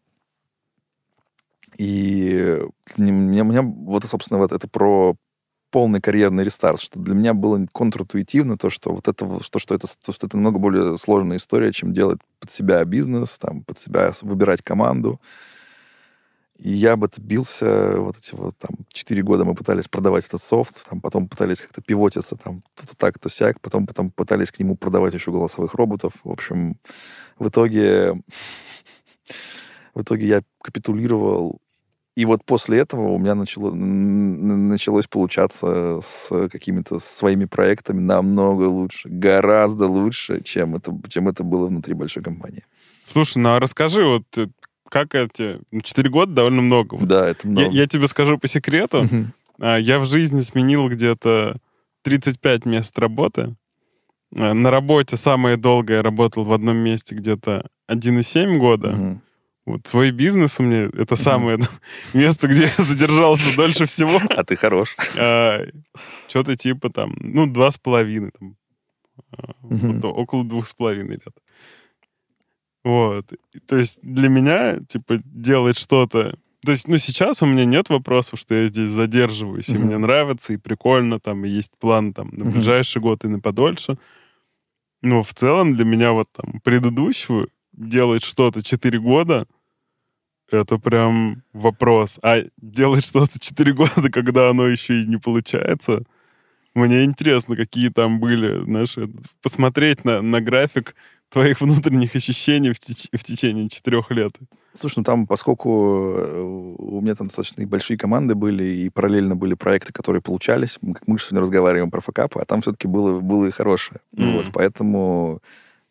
И мне, мне, мне вот, собственно, вот это про полный карьерный рестарт, что для меня было контринтуитивно то, что вот это, вот- то, что это, то, что это намного более сложная история, чем делать под себя бизнес, там, под себя с- выбирать команду. И я об это бился, вот эти вот там четыре года мы пытались продавать этот софт, там, потом пытались как-то пивотиться, там, то так, то сяк, потом, потом пытались к нему продавать еще голосовых роботов. В общем, в итоге, в итоге я капитулировал. И вот после этого у меня начало, н- началось получаться с какими-то своими проектами намного лучше, гораздо лучше, чем это, чем это было внутри большой компании. Слушай, ну а расскажи, вот э, как эти... ну, Четыре года довольно много. Вот Да, это я, много. я тебе скажу по секрету, Мгм. а, я в жизни сменил где-то тридцать пять мест работы. А, На работе самое долгое я работал в одном месте где-то один и семь года. Мгм. Вот свой бизнес у меня это Мгм. самое место, где я задержался дольше всего. А ты хорош. А, Что-то типа там, ну, два с половиной, там, а, Мгм. вот около двух с половиной лет. Вот. И То есть для меня, типа, делать что-то... То есть, ну, сейчас у меня нет вопросов, что я здесь задерживаюсь, и Мгм. мне нравится, и прикольно, там, и есть план там на Мгм. ближайший год и на подольше. Но в целом для меня вот там предыдущего делать что-то четыре года, это прям вопрос. А делать что-то четыре года, когда оно еще и не получается, мне интересно, какие там были, знаешь, это- посмотреть на, на график твоих внутренних ощущений в, теч- в течение четырех лет. Слушай, ну там, поскольку э, у меня там достаточно и большие команды были, и параллельно были проекты, которые получались, мы, как мы же сегодня разговариваем про факапы, а там все-таки было, было и хорошее. Ну вот, М. поэтому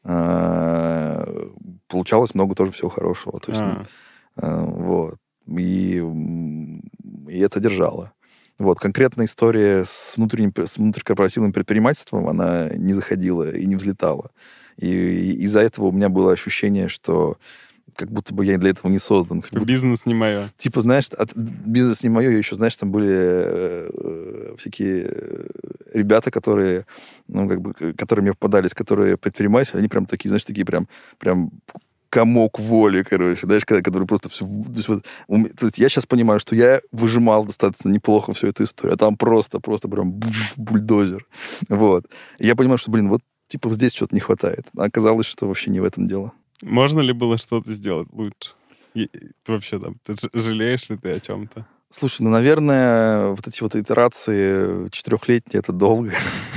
э, получалось много тоже всего хорошего. То есть, м, А, э, вот. И, м, и это держало. Вот, конкретная история с, внутренним, с внутрикорпоративным предпринимательством, она не заходила и не взлетала. И, и из-за этого у меня было ощущение, что как будто бы я для этого не создан. Как типа, будто, бизнес не мое. типа, знаешь, от, бизнес не мое, еще, знаешь, там были э, э, всякие э, ребята, которые, ну, как бы, к- которые мне попадались, которые предприниматели, они прям такие, знаешь, такие прям, прям комок воли, короче, знаешь, когда- которые просто все... То есть, вот, у ме- то есть я сейчас понимаю, что я выжимал достаточно неплохо всю эту историю, а там просто, просто прям буш, бульдозер. Вот. И я понимаю, что, блин, вот типа здесь что-то не хватает. А оказалось, что вообще не в этом дело. Можно ли было что-то сделать лучше? И- ты вообще там, ты ж- жалеешь ли ты о чем-то? Слушай, ну, наверное, вот эти вот итерации четырехлетние, это долго.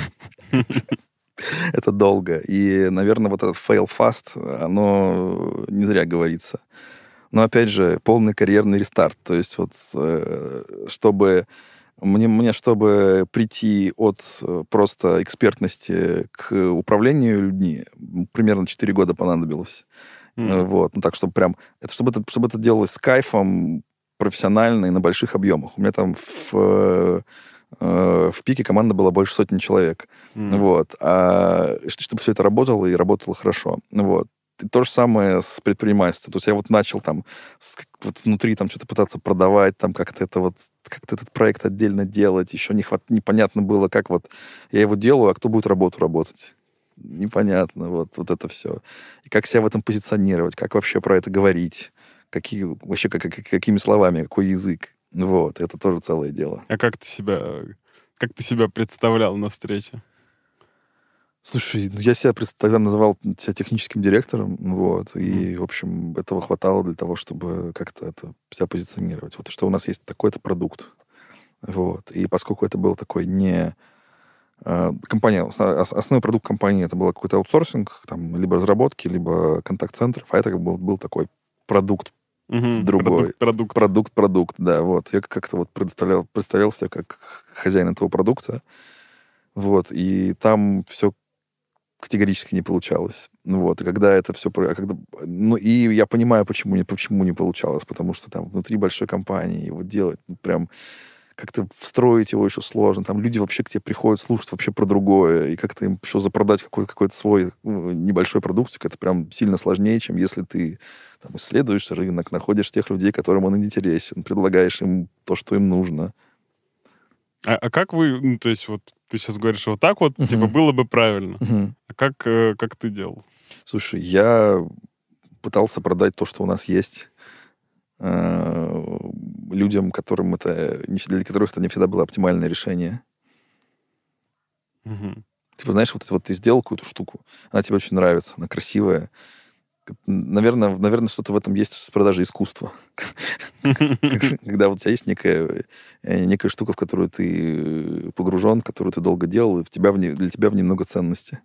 Это долго. И, наверное, вот этот fail fast, оно не зря говорится. Но, опять же, полный карьерный рестарт. То есть вот, э, чтобы... Мне, мне, чтобы прийти от э, просто экспертности к управлению людьми, м, примерно четыре года понадобилось. Э, М. Вот. Ну, так, чтобы прям... Это, чтобы, это, чтобы это делалось с кайфом, профессионально и на больших объемах. У меня там в, э, э, в пике команда была больше сотни человек. М. Вот. А ш- чтобы все это работало и работало хорошо. Вот. И то же самое с предпринимательством. То есть я вот начал там с- как- вот внутри там что-то пытаться продавать, там как-то это вот, как-то этот проект отдельно делать. Еще не хват... непонятно было, как вот я его делаю, а кто будет работу работать. Непонятно, вот, вот это все. И как себя в этом позиционировать, как вообще про это говорить, какие, вообще как, как- какими словами, какой язык. Вот, это тоже целое дело. А как ты себя, как ты себя представлял на встрече? Слушай, ну, я себя пред- тогда называл себя техническим директором, вот, Мгм. и, в общем, этого хватало для того, чтобы как-то это себя позиционировать. Вот что у нас есть такой-то продукт. Вот. И поскольку это был такой не... э, Компания, ос- основной продукт компании это был какой-то аутсорсинг, там, либо разработки, либо контакт-центров, а это как бы был такой продукт Мгм. другой. Продукт, продукт. Продукт, продукт, да, вот. Я как-то вот представлял, представлял себя как хозяин этого продукта, вот, и там все категорически не получалось. Ну вот, и когда это все... Когда, ну, и я понимаю, почему не, почему не получалось, потому что там внутри большой компании его делать, ну, прям как-то встроить его еще сложно. Там люди вообще к тебе приходят слушать вообще про другое, и как-то им еще запродать какой-то, какой-то свой ну, небольшой продуктик, это прям сильно сложнее, чем если ты там, исследуешь рынок, находишь тех людей, которым он интересен, предлагаешь им то, что им нужно. А, а как вы, ну, то есть вот ты сейчас говоришь, вот так вот, Мгм. типа, было бы правильно. Мгм. А как, э, как ты делал? Слушай, я пытался продать то, что у нас есть, э, людям, которым это, не всегда- для которых это не всегда было оптимальное решение. Мгм. Типа, знаешь, вот, вот ты сделал какую-то штуку, она тебе очень нравится, она красивая. Наверное, наверное, что-то в этом есть с продажей искусства. Когда вот у тебя есть некая, э, некая штука, в которую ты погружен, которую ты долго делал, и в тебя в ней- для тебя в ней много ценности.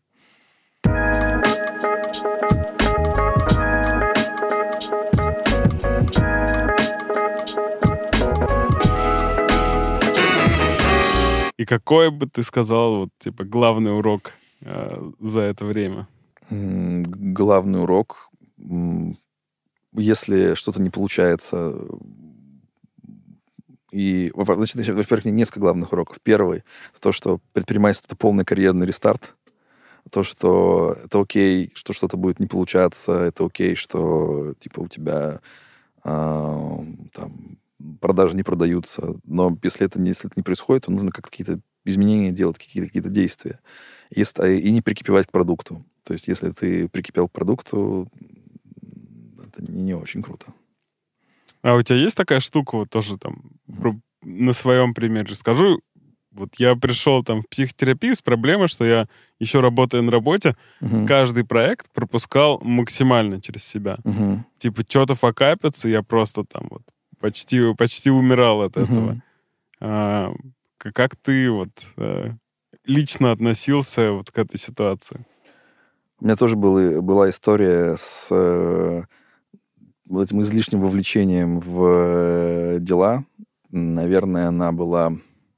И какой бы ты сказал, вот, типа, главный урок э, за это время? М, Главный урок, м, если что-то не получается, и, во- во- значит, во-первых, несколько главных уроков. Первый, то, что предпринимательство — это полный карьерный рестарт. То, что это окей, что что-то будет не получаться, это окей, что, типа, у тебя а, там продажи не продаются. Но если это не, если это не происходит, то нужно как-то какие-то изменения делать, какие-то, какие-то действия. И, ст- и не прикипевать к продукту. То есть, если ты прикипел к продукту, это не, не очень круто. А у тебя есть такая штука, вот тоже там, про- на своем примере скажу. Вот я пришел там в психотерапию с проблемой, что я еще работая на работе, Мгм. каждый проект пропускал максимально через себя. Мгм. Типа, что-то факапится, я просто там вот почти, почти умирал от этого. Мгм. А, к- как ты вот э, лично относился вот к этой ситуации? У меня тоже был, была история с э, вот этим излишним вовлечением в э, дела. Наверное, она была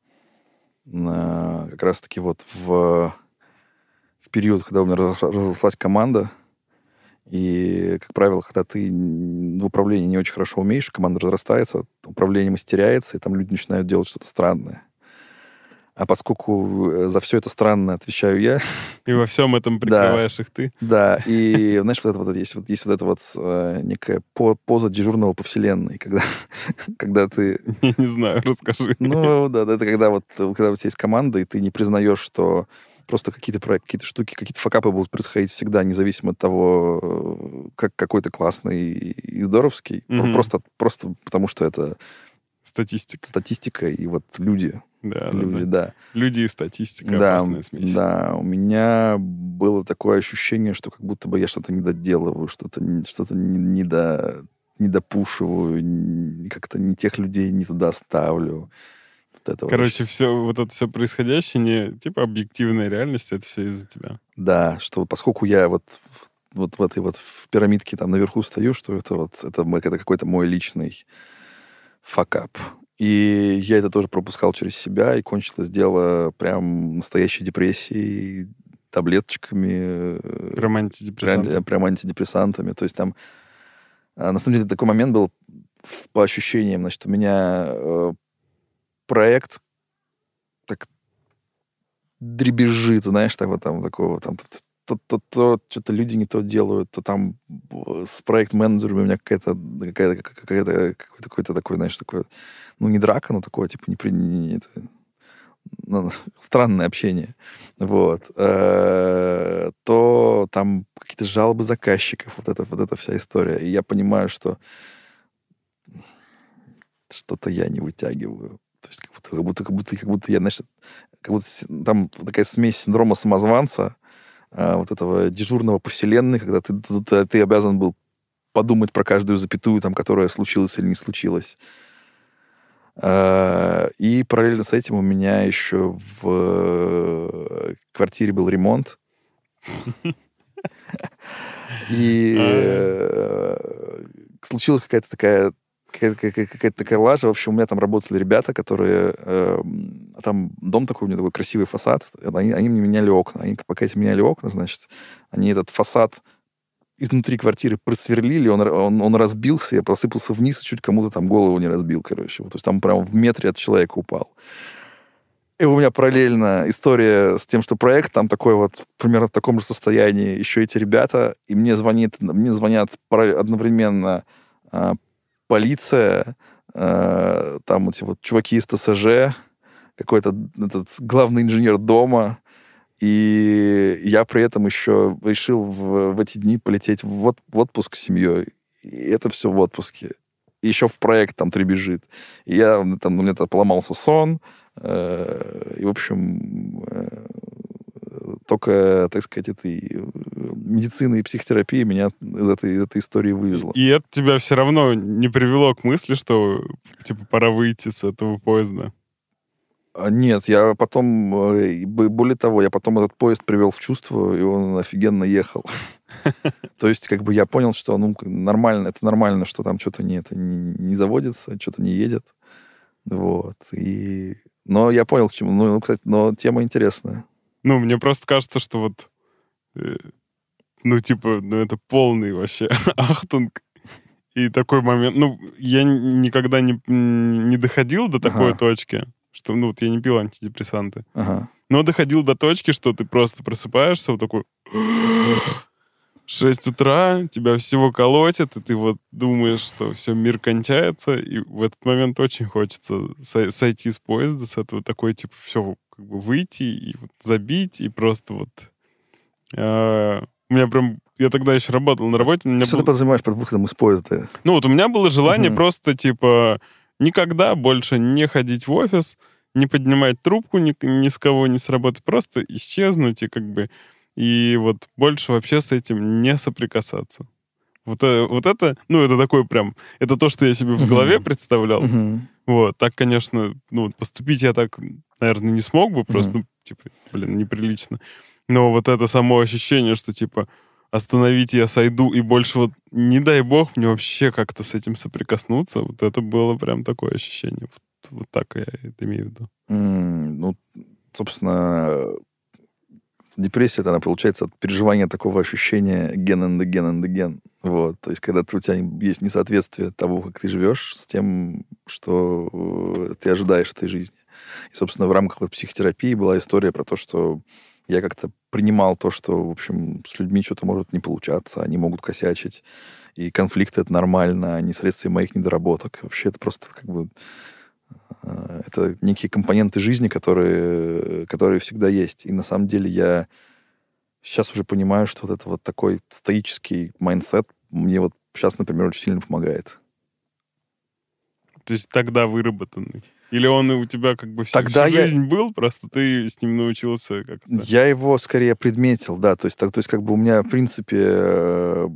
на- как раз-таки вот в, в период, когда у меня раз- разрослась команда. И, как правило, когда ты н- в управлении не очень хорошо умеешь, команда разрастается, управление мастеряется, и там люди начинают делать что-то странное. А поскольку э, за все это странное отвечаю я, И во всем этом да, прикрываешь их ты? да, и знаешь, вот это вот есть, вот есть вот это вот э, некая по- поза дежурного по вселенной, когда, когда ты, Я не знаю, расскажи. ну да, да, это когда вот э, когда у тебя есть команда, и ты не признаешь, что просто какие-то проекты, какие-то штуки, какие-то факапы будут происходить всегда, независимо от того, э, как какой ты классный и здоровский, Мгм. просто, просто потому что это Статистика. статистика и вот люди, Да, да, люди, да. да. Люди и статистика — Да, опасная смесь. да, у меня было такое ощущение, что как будто бы я что-то не доделываю, что-то, не- что-то не, не, до, не допушиваю, н- как-то не тех людей не туда ставлю. Вот это вот Короче, все, вот это все происходящее не типа объективная реальность, это все из-за тебя. Да, что поскольку я вот, в- вот в этой вот в пирамидке там наверху стою, что это вот это, м- это какой-то мой личный факап. И я это тоже пропускал через себя, и кончилось дело прям настоящей депрессией, таблеточками, э, Прям прям, антидепрессанты. прям антидепрессантами. То есть там, а, на самом деле, такой момент был в- по ощущениям. Значит, у меня э, проект так дребезжит, знаешь, так вот там такого там то, то, то, что-то люди не то делают, то там э, с проект-менеджерами у меня какая-то, какая-то, какая-то, какой-то, какой-то такой, знаешь, такое, ну, не драка, но такое, типа, не, при- не- это, ну, странное общение. Вот. Э, То там какие-то жалобы заказчиков, вот это, вот эта вся история. И я понимаю, что что-то я не вытягиваю. То есть как будто, как будто, как будто, как будто я, значит, как будто с- там такая смесь синдрома самозванца, а, вот этого дежурного по вселенной, когда ты, ты, ты обязан был подумать про каждую запятую, там, которая случилась или не случилась. А, И параллельно с этим у меня еще в квартире был ремонт. И случилась какая-то такая какая-то такая лажа. В общем, у меня там работали ребята, которые... Э, там дом такой, у меня такой красивый фасад. Они, они мне меняли окна. Они, пока эти меняли окна, значит, они этот фасад изнутри квартиры просверлили, он, он, он разбился, я просыпался вниз, и чуть кому-то там голову не разбил, короче. Вот, то есть там прям в метре от человека упал. И у меня параллельно история с тем, что проект там такой вот, примерно в таком же состоянии. Еще эти ребята, и мне звонит, мне звонят одновременно а, полиция, а, там эти вот чуваки из ТСЖ, какой-то этот главный инженер дома. И я при этом еще решил в, в эти дни полететь в, от, в отпуск с семьей. И это все в отпуске. И еще в проект там требежит. И я там, у меня там поломался сон. Э, и, в общем, э, только, так сказать, этой медицина и психотерапия меня из этой, из этой истории вывезла. И это тебя все равно не привело к мысли, что, типа, пора выйти с этого поезда? Нет, я потом, более того, я потом этот поезд привел в чувство, и он офигенно ехал. То есть, как бы я понял, что ну, нормально, это нормально, что там что-то не, это не, не заводится, что-то не едет. Вот. И... Но я понял, к чему. Ну, кстати, но тема интересная. Ну, мне просто кажется, что вот, э, ну, типа, ну, это полный вообще ахтунг. И такой момент... Ну, я никогда не, не доходил до такой ага. точки, что, ну, вот я не пил антидепрессанты. Ага. Но доходил до точки, что ты просто просыпаешься вот такой... шесть утра, тебя всего колотит, и ты вот думаешь, что все, мир кончается, и в этот момент очень хочется со- сойти с поезда, с этого такой, типа, все, как бы выйти и вот забить, и просто вот... Э- у меня прям... Я тогда еще работал на работе. У меня что был... ты подразумеваешь под выходом из поезда? Ну вот у меня было желание uh-huh. просто, типа, никогда больше не ходить в офис, не поднимать трубку ни, ни с кого, ни с работы, просто исчезнуть и как бы... И вот больше вообще с этим не соприкасаться. Вот, вот это, ну, это такое прям... Это то, что я себе в голове uh-huh. представлял. Uh-huh. Вот, так, конечно, ну, поступить я так, наверное, не смог бы, просто, uh-huh. ну, типа, блин, неприлично. Но вот это само ощущение, что, типа, остановите, я сойду, и больше вот, не дай бог, мне вообще как-то с этим соприкоснуться, вот это было прям такое ощущение. Вот, вот так я это имею в виду. Mm, ну, собственно... Депрессия, это она получается от переживания такого ощущения again and again and again. Вот. То есть, когда ты, у тебя есть несоответствие того, как ты живешь, с тем, что ты ожидаешь этой жизни. И, собственно, в рамках вот психотерапии была история про то, что я как-то принимал то, что, в общем, с людьми что-то может не получаться, они могут косячить, и конфликты — это нормально, они следствие моих недоработок. Вообще это просто как бы... Это некие компоненты жизни, которые, которые всегда есть. И на самом деле я сейчас уже понимаю, что вот это вот такой стоический майндсет мне вот сейчас, например, очень сильно помогает. То есть тогда выработанный? Или он у тебя как бы всю, тогда всю я... жизнь был, просто ты с ним научился как-то? Я его скорее предметил, да. То есть, так, то есть как бы у меня, в принципе,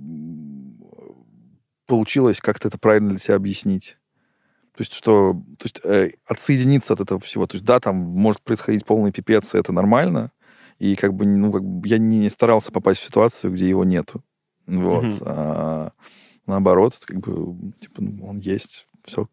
получилось как-то это правильно для себя объяснить. То есть, что, то есть, э, отсоединиться от этого всего. То есть, да, там может происходить полный пипец, и это нормально. И как бы, ну, как бы я не старался попасть в ситуацию, где его нету. Вот. Mm-hmm. А, наоборот, как бы, типа, ну, он есть. Все.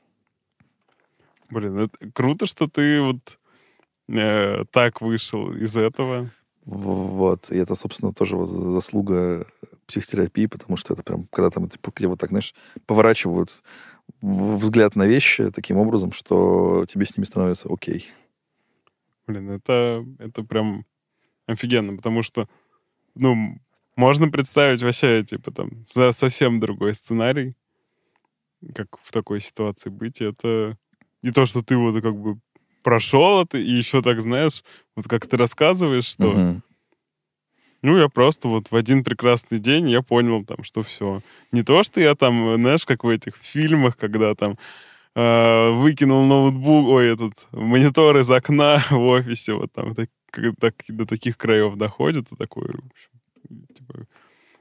Блин, это круто, что ты вот э, так вышел из этого. Вот. И это, собственно, тоже вот заслуга психотерапии, потому что это прям, когда там, типа, где вот так, знаешь, поворачивают взгляд на вещи таким образом, что тебе с ними становится окей. Блин, это, это прям офигенно, потому что, ну, можно представить вообще, типа, там, за совсем другой сценарий, как в такой ситуации быть. Это и то, что ты вот как бы прошел это, и еще так, знаешь, вот как ты рассказываешь, что... Uh-huh. Ну, я просто вот в один прекрасный день я понял там, что все. Не то, что я там, знаешь, как в этих фильмах, когда там э, выкинул ноутбук, ой, этот монитор из окна в офисе, вот там так, так, до таких краев доходит, и такой, в общем, типа,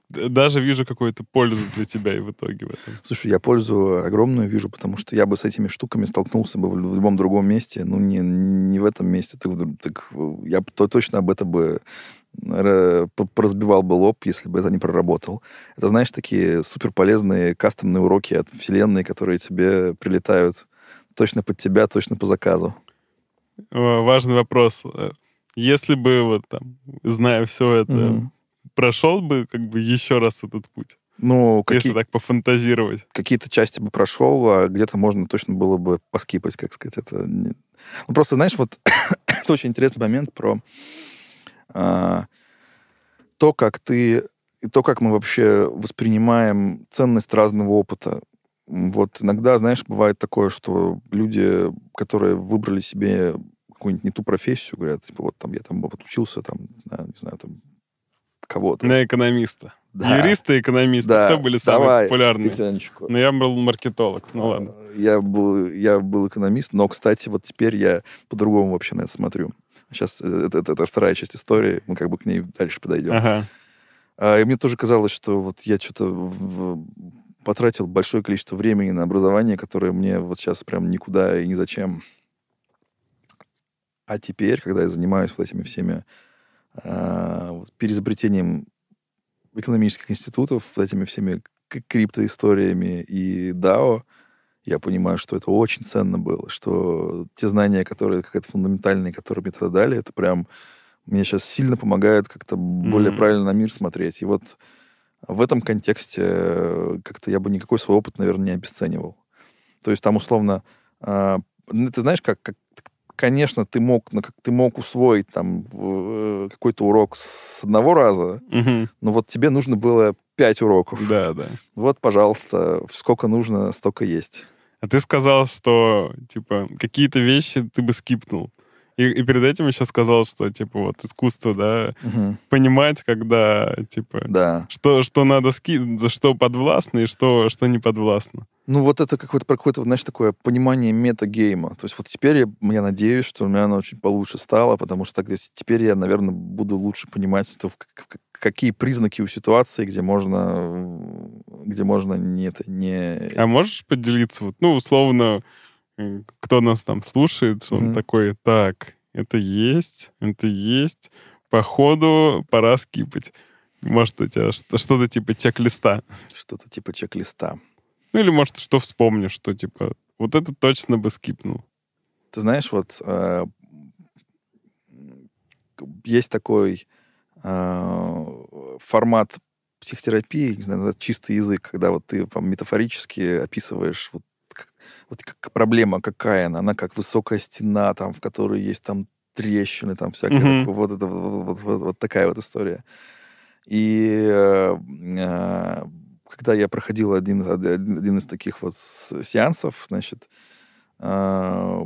даже вижу какую-то пользу для тебя и в итоге в этом. Слушай, я пользу огромную вижу, потому что я бы с этими штуками столкнулся бы в любом другом месте, ну, не, не в этом месте. Так, так я то, точно об этом бы поразбивал бы лоб, если бы это не проработал. Это, знаешь, такие суперполезные кастомные уроки от вселенной, которые тебе прилетают точно под тебя, точно по заказу. Важный вопрос. Если бы, вот там, зная все это, mm-hmm. прошел бы как бы еще раз этот путь? Ну, если какие... так пофантазировать. Какие-то части бы прошел, а где-то можно точно было бы поскипать, как сказать. Это не... Ну, просто, знаешь, вот это очень интересный момент про а, то, как ты... И то, как мы вообще воспринимаем ценность разного опыта. Вот иногда, знаешь, бывает такое, что люди, которые выбрали себе какую-нибудь не ту профессию, говорят, типа, вот там я там отучился, там, да, не знаю, там, кого-то. На экономиста. Да. Юристы и экономисты. Да. Кто были самые Давай, популярные? Петянечку. Ну, я был маркетолог, ну ладно. Я был, я был экономист, но, кстати, вот теперь я по-другому вообще на это смотрю. Сейчас это, это, это вторая часть истории, мы как бы к ней дальше подойдем. Ага. А, и мне тоже казалось, что вот я что-то в, в, потратил большое количество времени на образование, которое мне вот сейчас прям никуда и ни зачем. А теперь, когда я занимаюсь вот этими всеми а, вот, переизобретением экономических институтов, вот этими всеми криптоисториями и дао, я понимаю, что это очень ценно было, что те знания, которые какие-то фундаментальные, которые мне тогда дали, это прям мне сейчас сильно помогают как-то более mm-hmm. правильно на мир смотреть. И вот в этом контексте как-то я бы никакой свой опыт, наверное, не обесценивал. То есть там условно... Ты знаешь, как, как конечно, ты мог, ты мог усвоить там какой-то урок с одного раза, угу. но вот тебе нужно было пять уроков. Да, да. Вот, пожалуйста, сколько нужно, столько есть. А ты сказал, что, типа, какие-то вещи ты бы скипнул. И, и перед этим еще сказал, что, типа, вот искусство, да, угу. понимать, когда, типа, да. что, что надо скипнуть, за что подвластно и что, что не подвластно. Ну, вот это какое-то, какое-то, знаешь, такое понимание метагейма. То есть вот теперь я, я надеюсь, что у меня оно очень получше стало, потому что так, теперь я, наверное, буду лучше понимать, что, какие признаки у ситуации, где можно, где можно не это, не... А можешь поделиться, вот, ну, условно, кто нас там слушает, что mm-hmm. он такой, так, это есть, это есть, походу пора скипать. Может, у тебя что-то типа чек-листа? Что-то типа чек-листа. Ну, или, может, что вспомнишь, что, типа, вот это точно бы скипнул. Ты знаешь, вот э, есть такой э, формат психотерапии, не знаю, чистый язык, когда вот ты там, метафорически описываешь вот, вот как проблема какая она, она как высокая стена, там, в которой есть там трещины, там всякое mm-hmm. такое, вот, это, вот, вот, вот такая вот история. И э, э, когда я проходил один, один из таких вот сеансов, значит, э,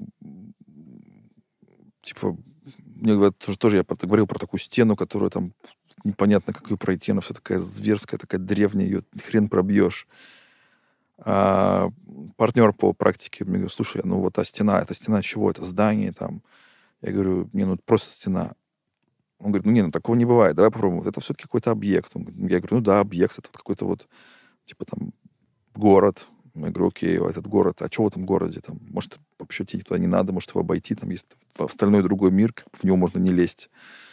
типа, мне говорят, тоже, тоже я говорил про такую стену, которую там непонятно, как ее пройти, она вся такая зверская, такая древняя, ее хрен пробьешь. А партнер по практике мне говорит, слушай, ну вот, а стена, это стена чего? Это здание там? Я говорю, не, ну просто стена. Он говорит, ну не, ну такого не бывает, давай попробуем. Вот это все-таки какой-то объект. Он говорит, я говорю, ну да, объект, это какой-то вот, типа там, город. Я говорю, окей, этот город, а что в этом городе? Там, может, вообще тебе туда не надо, может, его обойти, там есть остальной другой мир, в него можно не лезть.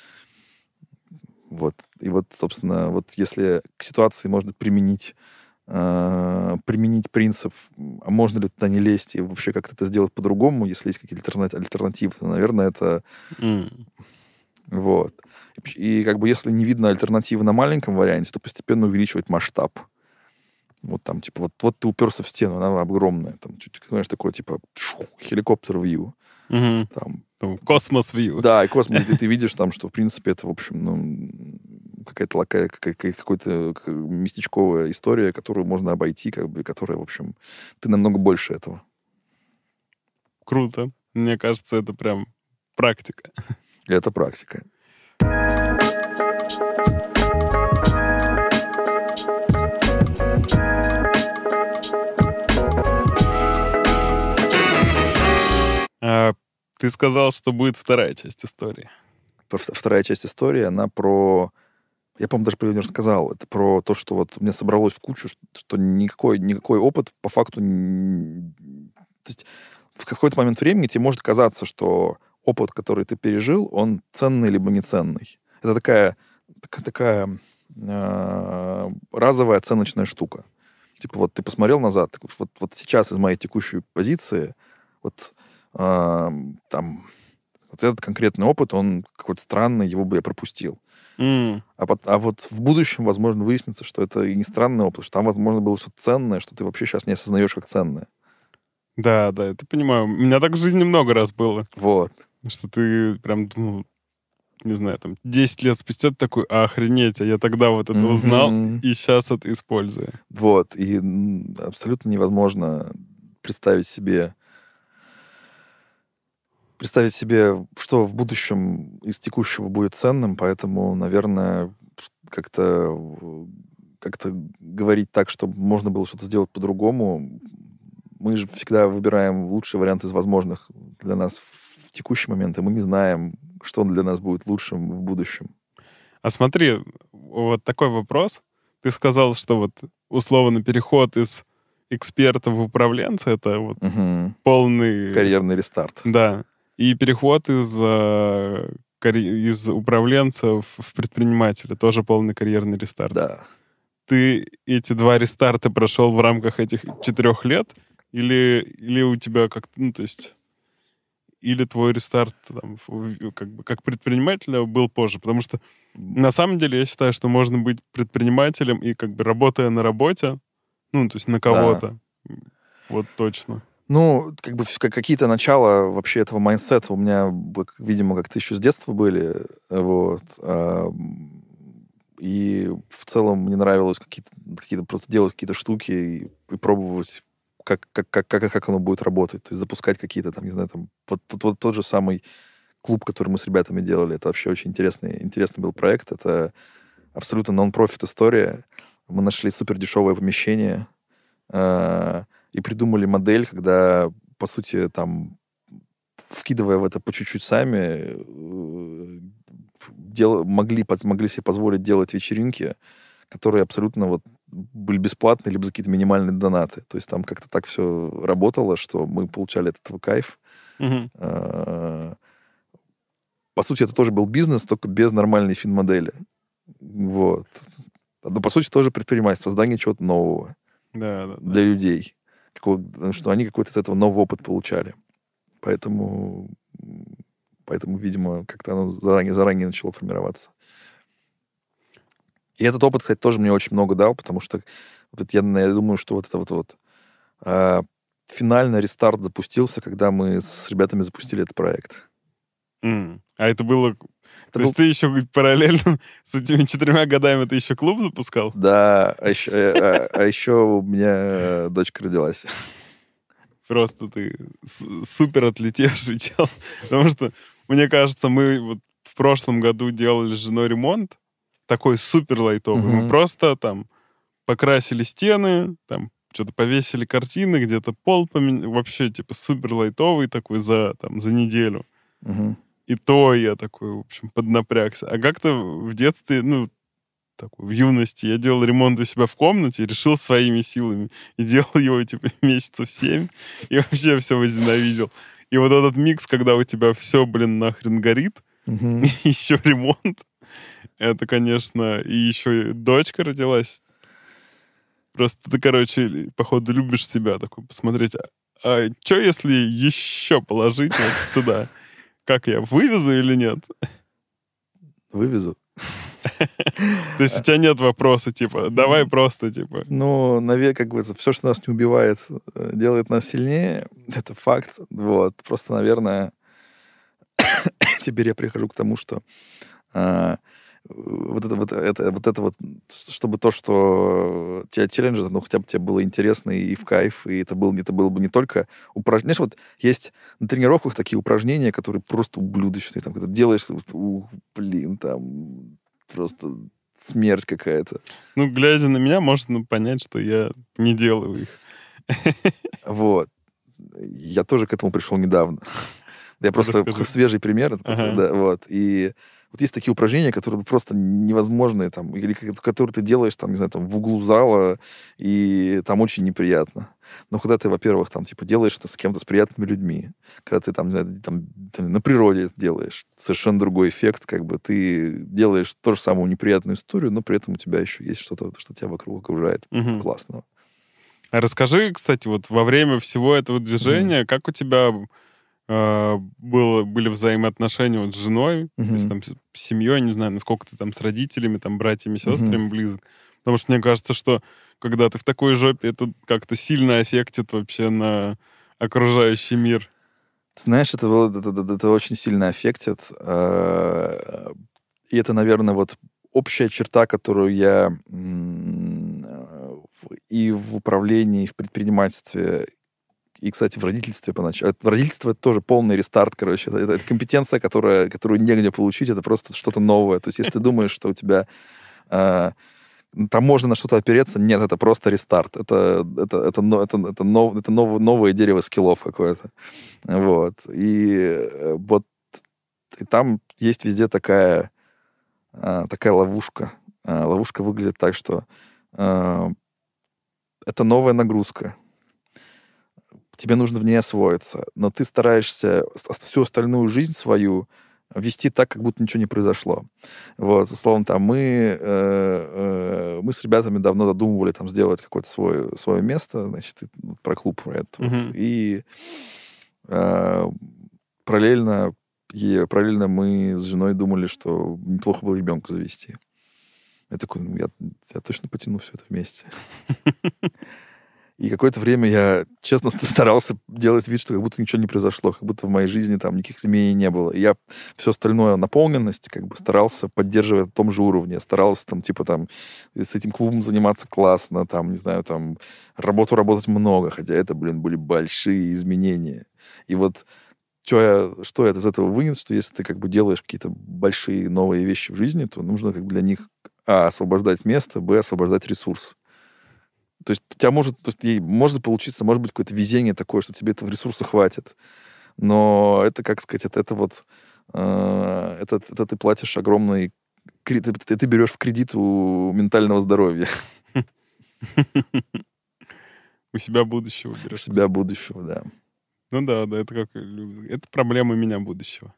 Вот. И вот, собственно, вот если к ситуации можно применить, э, применить принцип, а можно ли туда не лезть и вообще как-то это сделать по-другому, если есть какие-то альтернативы, то, наверное, это... Mm. Вот. И как бы если не видно альтернативы на маленьком варианте, то постепенно увеличивать масштаб. Вот там, типа, вот, вот ты уперся в стену, она огромная. Там, чуть, знаешь, такой, типа, хеликоптер-вью. Mm-hmm. Там, космос-вью. Да, и космос. И ты видишь там, что, в принципе, это, в общем, ну, какая-то лакая, какая-то, какая-то местечковая история, которую можно обойти, как бы, которая, в общем, ты намного больше этого. Круто. Мне кажется, это прям практика. Это практика. А, ты сказал, что будет вторая часть истории. Вторая часть истории, она про Я, по-моему, даже про него не рассказал. Это про то, что вот у меня собралось в кучу, что, что никакой, никакой опыт по факту... не- То есть в какой-то момент времени тебе может казаться, что опыт, который ты пережил, он ценный либо неценный. Это такая, такая, такая э, разовая оценочная штука. Типа вот ты посмотрел назад, такой, вот, вот сейчас из моей текущей позиции вот э, там вот этот конкретный опыт, он какой-то странный, его бы я пропустил. М, А, пот- а вот в будущем, возможно, выяснится, что это и не странный опыт, что там, возможно, было что-то ценное, что ты вообще сейчас не осознаешь как ценное. Да, да, это понимаю. У меня так в жизни много раз было, Вот. что ты прям, ну, не знаю, там, десять лет спустя ты такой, «А, охренеть, а я тогда вот это узнал, Мгм. и сейчас это использую». Вот. И м, абсолютно невозможно представить себе, представить себе, что в будущем из текущего будет ценным, поэтому, наверное, как-то э, как-то говорить так, чтобы можно было что-то сделать по-другому. Мы же всегда выбираем лучший вариант из возможных для нас в текущий момент, и мы не знаем, что для нас будет лучшим в будущем. А смотри, вот такой вопрос. Ты сказал, что вот условно переход из эксперта в управленца — это вот Мгм. полный... Карьерный рестарт. Да. И переход из, э, карь- из управленца в в предпринимателя — тоже полный карьерный рестарт. Да. Ты эти два рестарта прошел в рамках этих четырех лет? Или, или у тебя как-то, ну, то есть... Или твой рестарт там, в- как бы как предпринимателя был позже? Потому что на самом деле я считаю, что можно быть предпринимателем и как бы работая на работе, ну, то есть на Да. кого-то. Вот точно. Ну, как бы в- как- какие-то начала вообще этого майндсета у меня, б- видимо, как-то еще с детства были. Вот. Ам, И в целом мне нравилось какие-то, какие-то просто делать какие-то штуки и, и пробовать, как, как, как, как, как оно будет работать. То есть запускать какие-то там, не знаю, там, вот, тот- вот тот же самый клуб, который мы с ребятами делали, это вообще очень интересный, интересный был проект. Это абсолютно нон-профит история. Мы нашли супер дешевое помещение, э, и придумали модель, когда, по сути, там, вкидывая в это по чуть-чуть сами, э, дел- могли, поз- могли себе позволить делать вечеринки, которые абсолютно вот были бесплатные, либо за какие-то минимальные донаты. То есть там как-то так все работало, что мы получали от этого кайф. Мгм. Э, По сути, это тоже был бизнес, только без нормальной фин-модели. Вот. Но, по сути, тоже предпринимательство, создание чего-то нового Да, да, да. для людей. Какого- что они какой-то из этого новый опыт получали. Поэтому, м, поэтому, видимо, как-то оно заранее, заранее начало формироваться. И этот опыт, кстати, тоже мне очень много дал, потому что вот я, я думаю, что вот это вот, вот а, финально рестарт запустился, когда мы с ребятами запустили этот проект. М. А это было... Это То был- есть ты еще параллельно с этими четырьмя годами ты еще клуб запускал? Да, а еще, а- а еще у меня дочка родилась. Просто ты с- супер отлетевший чел. Потому что, мне кажется, мы вот в прошлом году делали с женой ремонт, такой супер лайтовый. Мы Мгм. просто там покрасили стены, там что-то повесили картины, где-то пол поменяли. Вообще, типа, супер лайтовый такой за, там, за неделю. Мгм. И то я такой, в общем, поднапрягся. А как-то в детстве, ну, такой, в юности я делал ремонт у себя в комнате, решил своими силами. И делал его, типа, месяцев семь. И вообще все возненавидел. И вот этот микс, когда у тебя все, блин, нахрен горит, Мгм. и еще ремонт, это, конечно, и еще и дочка родилась. Просто ты, короче, походу, любишь себя такой посмотреть. А, а что, если еще положить вот сюда? Как я, вывезу или нет? Вывезу. То есть у тебя нет вопроса, типа, давай просто, типа... Ну, наверное, как бы все, что нас не убивает, э, делает нас сильнее. Это факт. Вот. Просто, наверное, теперь я прихожу к тому, что а, вот это вот, это, вот это вот, чтобы то, что тебя челленджит, ну, хотя бы тебе было интересно и в кайф, и это, был, это было бы не только упражнение. Знаешь, вот есть на тренировках такие упражнения, которые просто ублюдочные. Там, когда делаешь, ух, блин, там просто смерть какая-то. Ну, глядя на меня, можно понять, что я не делаю их. Вот. Я тоже к этому пришел недавно. Я Ну, просто расскажи. свежий пример. Ага. Да, вот. И Вот есть такие упражнения, которые просто невозможные, там, или которые ты делаешь, там, не знаю, там, в углу зала, и там очень неприятно. Но когда ты, во-первых, там, типа, делаешь это с кем-то, с приятными людьми, когда ты, там, не знаю, там, там, на природе это делаешь, совершенно другой эффект, как бы, ты делаешь ту же самую неприятную историю, но при этом у тебя еще есть что-то, что тебя вокруг окружает Мгм. классного. А расскажи, кстати, вот во время всего этого движения, как у тебя э, было, были взаимоотношения вот с женой, то есть Мгм. там с с семьей, не знаю, насколько ты там с родителями, там, братьями, Мгм. сестрами близок? Потому что мне кажется, что когда ты в такой жопе, это как-то сильно аффектит вообще на окружающий мир. Ты знаешь, это, вот- это, это- это очень сильно аффектит. э, И это, наверное, вот общая черта, которую я м, э, в- и в управлении, и в предпринимательстве, и, кстати, в родительстве поначалу. Это- Родительство — это тоже полный рестарт, короче. Это, это- это компетенция, которая, которую негде получить. Это просто что-то новое. То есть если ты думаешь, что у тебя э, там можно на что-то опереться, нет, это просто рестарт. Это, это, это, но- это, это, нов- это нов- новое дерево скиллов какое-то. Вот. И э, вот и там есть везде такая, а, такая ловушка. А, Ловушка выглядит так, что а, это новая нагрузка. Тебе нужно в ней освоиться, но ты стараешься с- всю остальную жизнь свою вести так, как будто ничего не произошло. Вот, условно, там мы, э, э, мы с ребятами давно задумывали там сделать какое-то свое, свое место, значит, и, ну, про клуб про этот вот. Мгм. И э, параллельно, и параллельно мы с женой думали, что неплохо было ребенка завести. Я такой, ну, я, я точно потяну все это вместе. И какое-то время я, честно, старался делать вид, что как будто ничего не произошло, как будто в моей жизни там никаких изменений не было. И я все остальное, наполненность, как бы старался поддерживать на том же уровне. Старался там, типа, там, с этим клубом заниматься классно, там, не знаю, там, работу работать много, хотя это, блин, были большие изменения. И вот что я, что я из этого вынес, что если ты как бы делаешь какие-то большие новые вещи в жизни, то нужно как бы для них, а, освобождать место, б, освобождать ресурс. То есть у тебя может, то есть, ей может получиться, может быть, какое-то везение такое, что тебе этого ресурса хватит. Но это, как сказать, это, это вот, э, это, это ты платишь огромный, кре- ты, ты- ты берешь в кредит у ментального здоровья, У себя будущего у берешь. себя будущего, да. Ну да, да, это как... лю- Это проблема меня будущего.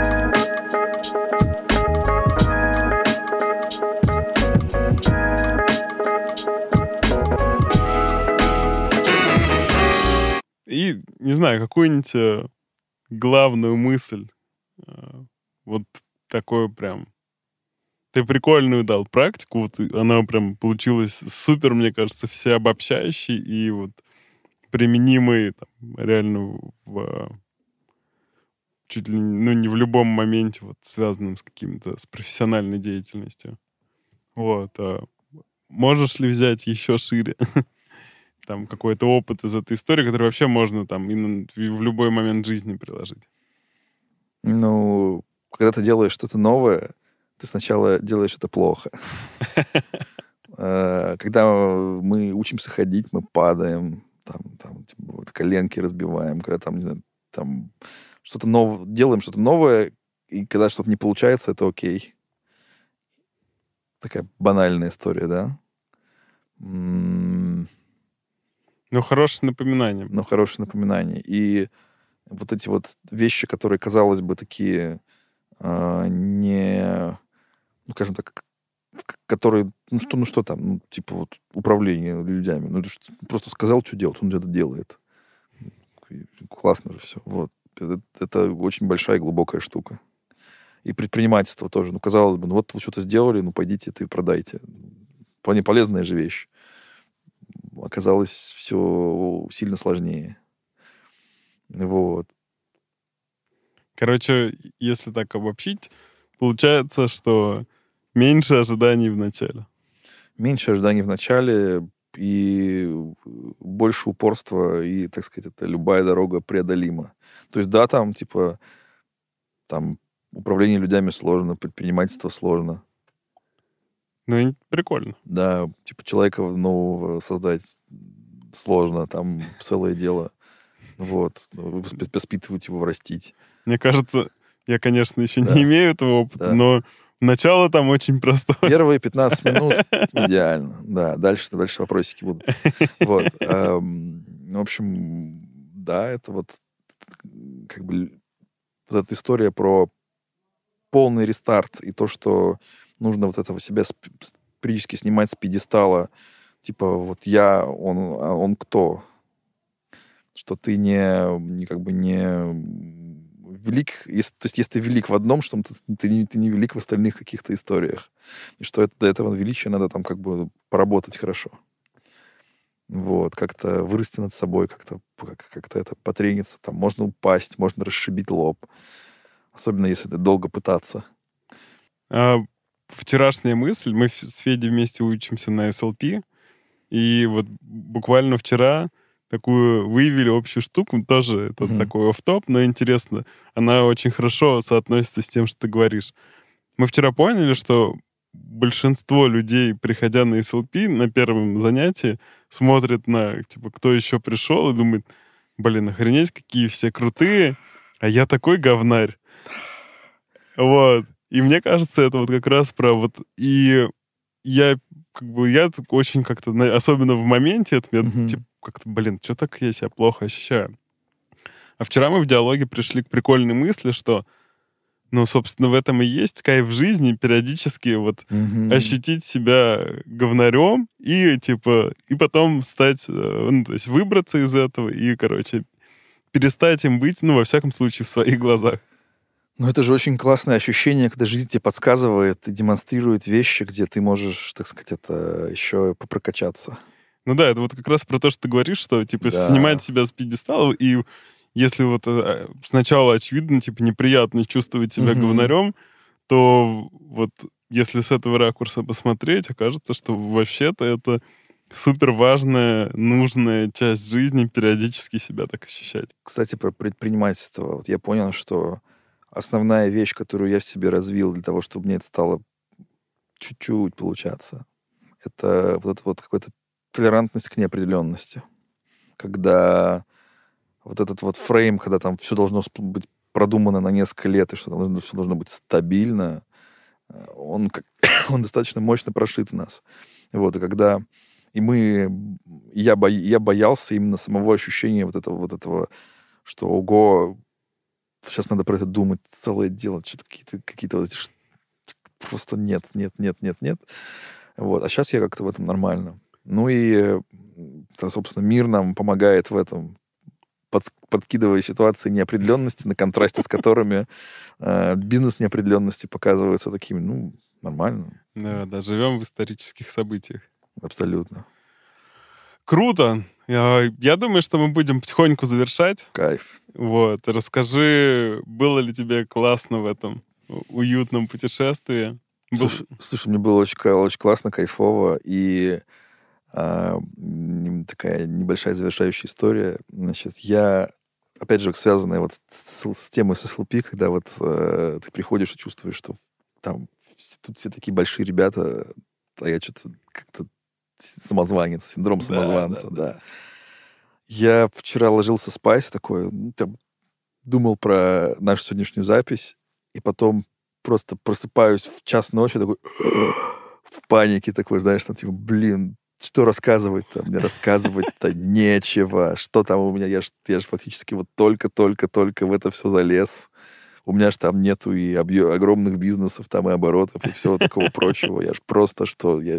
И, не знаю, какую-нибудь э, главную мысль, э, вот такую прям... Ты прикольную дал практику, вот и она прям получилась супер, мне кажется, всеобобщающей и вот применимой там, реально в, э, чуть ли не- ну, не в любом моменте, вот связанном с каким-то, с профессиональной деятельностью. Вот. а Можешь ли взять еще шире там какой-то опыт из этой истории, который вообще можно там и на- в любой момент жизни приложить? Ну, когда ты делаешь что-то новое, ты сначала делаешь это плохо. Э, Когда мы учимся ходить, мы падаем, там, там, типа, вот коленки разбиваем, когда там, не знаю, там что-то новое, делаем что-то новое, и когда что-то не получается, это окей. Такая банальная история, да? М, Ну, хорошее напоминание. Но хорошее напоминание. И вот эти вот вещи, которые, казалось бы, такие а, не, ну, скажем так, к- к- которые, ну что, ну что там, ну, типа вот управление людьми, ну это ж просто сказал, что делать, он это делает. И классно же все. Вот. Это, это очень большая и глубокая штука. И предпринимательство тоже. Ну, казалось бы, ну вот вы что-то сделали, ну пойдите это и продайте. Вполне полезная же вещь. Оказалось все сильно сложнее. Вот. Короче, если так обобщить, получается, что меньше ожиданий в начале. Меньше ожиданий в начале и больше упорства, и, так сказать, это любая дорога преодолима. То есть, да, там, типа, там управление людьми сложно, предпринимательство сложно. Ну, и прикольно. Да, типа, человека нового создать сложно, там целое дело. Вот. Воспи- Воспитывать его, растить. Мне кажется, Я, конечно, еще Да. не имею этого опыта, Да. но начало там очень простое. Первые пятнадцать минут идеально. Да, дальше, дальше вопросики будут. Вот. эм, В общем, да, это вот как бы вот эта история про полный рестарт и то, что нужно вот этого себя сп- с- периодически снимать с пьедестала. Типа вот я, он, а он кто? Что ты не, не как бы не велик, если, то есть если ты велик в одном, что ты, ты, не, ты не велик в остальных каких-то историях. И что это, до этого величия надо там как бы поработать хорошо. Вот, как-то вырасти над собой, как-то, как- как-то это потрениться. Там можно упасть, можно расшибить лоб. Особенно, если ты долго пытаться. А, вчерашняя мысль. Мы ф- с Федей вместе учимся на эс эл пи. И вот буквально вчера такую выявили общую штуку. Тоже это Мгм. такой офф-топ, но интересно. Она очень хорошо соотносится с тем, что ты говоришь. Мы вчера поняли, что большинство людей, приходя на эс эл пи на первом занятии, смотрят на, типа, кто еще пришел и думает, блин, охренеть, какие все крутые, а я такой говнарь. Вот. И мне кажется, это вот как раз про вот... И я как бы, я так очень как-то, на- особенно в моменте, это мне, Мгм. типа, как-то, блин, что так я себя плохо ощущаю. А вчера мы в диалоге пришли к прикольной мысли, что, ну, собственно, в этом и есть кайф жизни, периодически вот Мгм. ощутить себя говнарем и, типа, и потом стать, э, ну, то есть выбраться из этого и, короче, перестать им быть, ну, во всяком случае, в своих глазах. Ну, это же очень классное ощущение, когда жизнь тебе подсказывает и демонстрирует вещи, где ты можешь, так сказать, это еще попрокачаться. Ну да, это вот как раз про то, что ты говоришь, что, типа, Да. снимать себя с пьедестала, и если вот э, сначала, очевидно, типа, неприятно чувствовать себя Мгм. говнарем, то вот если с этого ракурса посмотреть, окажется, что вообще-то это супер важная, нужная часть жизни периодически себя так ощущать. Кстати, про предпринимательство. Вот я понял, что основная вещь, которую я в себе развил для того, чтобы мне это стало чуть-чуть получаться, это вот эта вот какая-то толерантность к неопределенности. Когда вот этот вот фрейм, когда там все должно сп- быть продумано на несколько лет, и что все должно быть стабильно, э, он, как- он достаточно мощно прошит в нас. Вот, и когда... И мы... и Я, бо, я боялся именно самого ощущения вот этого, вот этого, что, ого, сейчас надо про это думать, целое дело, что-то какие-то, какие-то вот эти... ш- Просто нет, нет, нет, нет, нет. Вот. А сейчас я как-то в этом нормально. Ну и, э, там, собственно, мир нам помогает в этом, под- подкидывая ситуации неопределенности, на контрасте с которыми э, бизнес-неопределенности показываются такими, ну, нормально, Да, да, живем в исторических событиях. абсолютно. Круто! Я, я думаю, что мы будем потихоньку завершать. Кайф. Вот, расскажи, было ли тебе классно в этом у- уютном путешествии? Был- Слушай, слушай, мне было очень, ка- очень классно, кайфово, и а, м, такая небольшая завершающая история. Значит, я, опять же, связанная вот с, с- с темой с эс эл пи, когда вот э, ты приходишь и чувствуешь, что там все- тут все такие большие ребята, а я что-то как-то самозванец, синдром Да, самозванца, да, да. Я вчера ложился спать такой, ну, там, думал про нашу сегодняшнюю запись, и потом просто просыпаюсь в час ночи, такой в панике такой, знаешь, там типа, блин, что рассказывать-то? Мне рассказывать-то нечего. Что там у меня? Я ж, я ж фактически вот только-только-только в это все залез. У меня ж там нету и объё- огромных бизнесов, там и оборотов, и всего такого прочего. Я ж просто что? Я...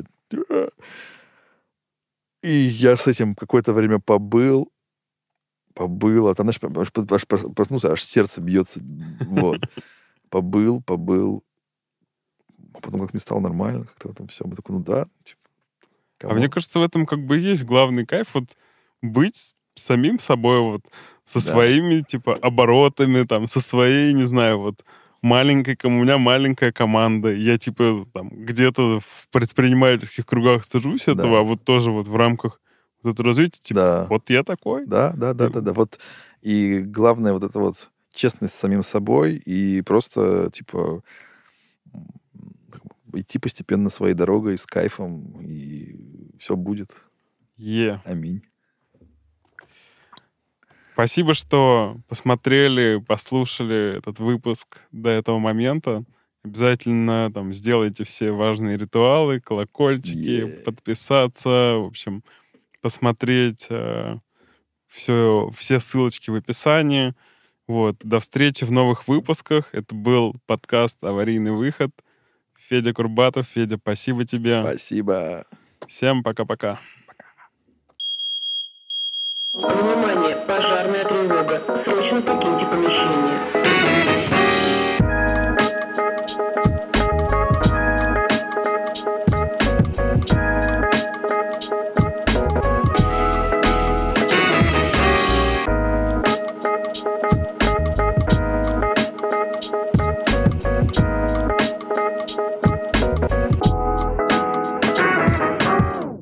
И я с этим какое-то время побыл, побыл, а там, знаешь, аж, аж прос- проснулся, аж сердце бьется. Вот. Побыл, побыл. А потом как мне стало нормально, как-то в этом всем. Я такой, ну да, типа, А мне камон. кажется, в этом как бы и есть главный кайф, вот быть самим собой, вот, со Да. своими, типа, оборотами, там, со своей, не знаю, вот, маленькой, ком- у меня маленькая команда, я, типа, там, где-то в предпринимательских кругах стажусь этого, Да. а вот тоже вот в рамках вот этого развития, типа, Да. вот я такой. Да, да, да, И- да, да. Вот. И главное вот это вот честность с самим собой и просто, типа, м, как бы идти постепенно своей дорогой с кайфом, и все будет. Е. Аминь. Спасибо, что посмотрели, послушали этот выпуск до этого момента. Обязательно там сделайте все важные ритуалы, колокольчики, Yeah. подписаться, в общем, посмотреть э, все, все ссылочки в описании. Вот. До встречи в новых выпусках. Это был подкаст «Аварийный выход». Федя Курбатов. Федя, спасибо тебе. Спасибо. Всем пока-пока. Внимание, пожарная тревога. Срочно покиньте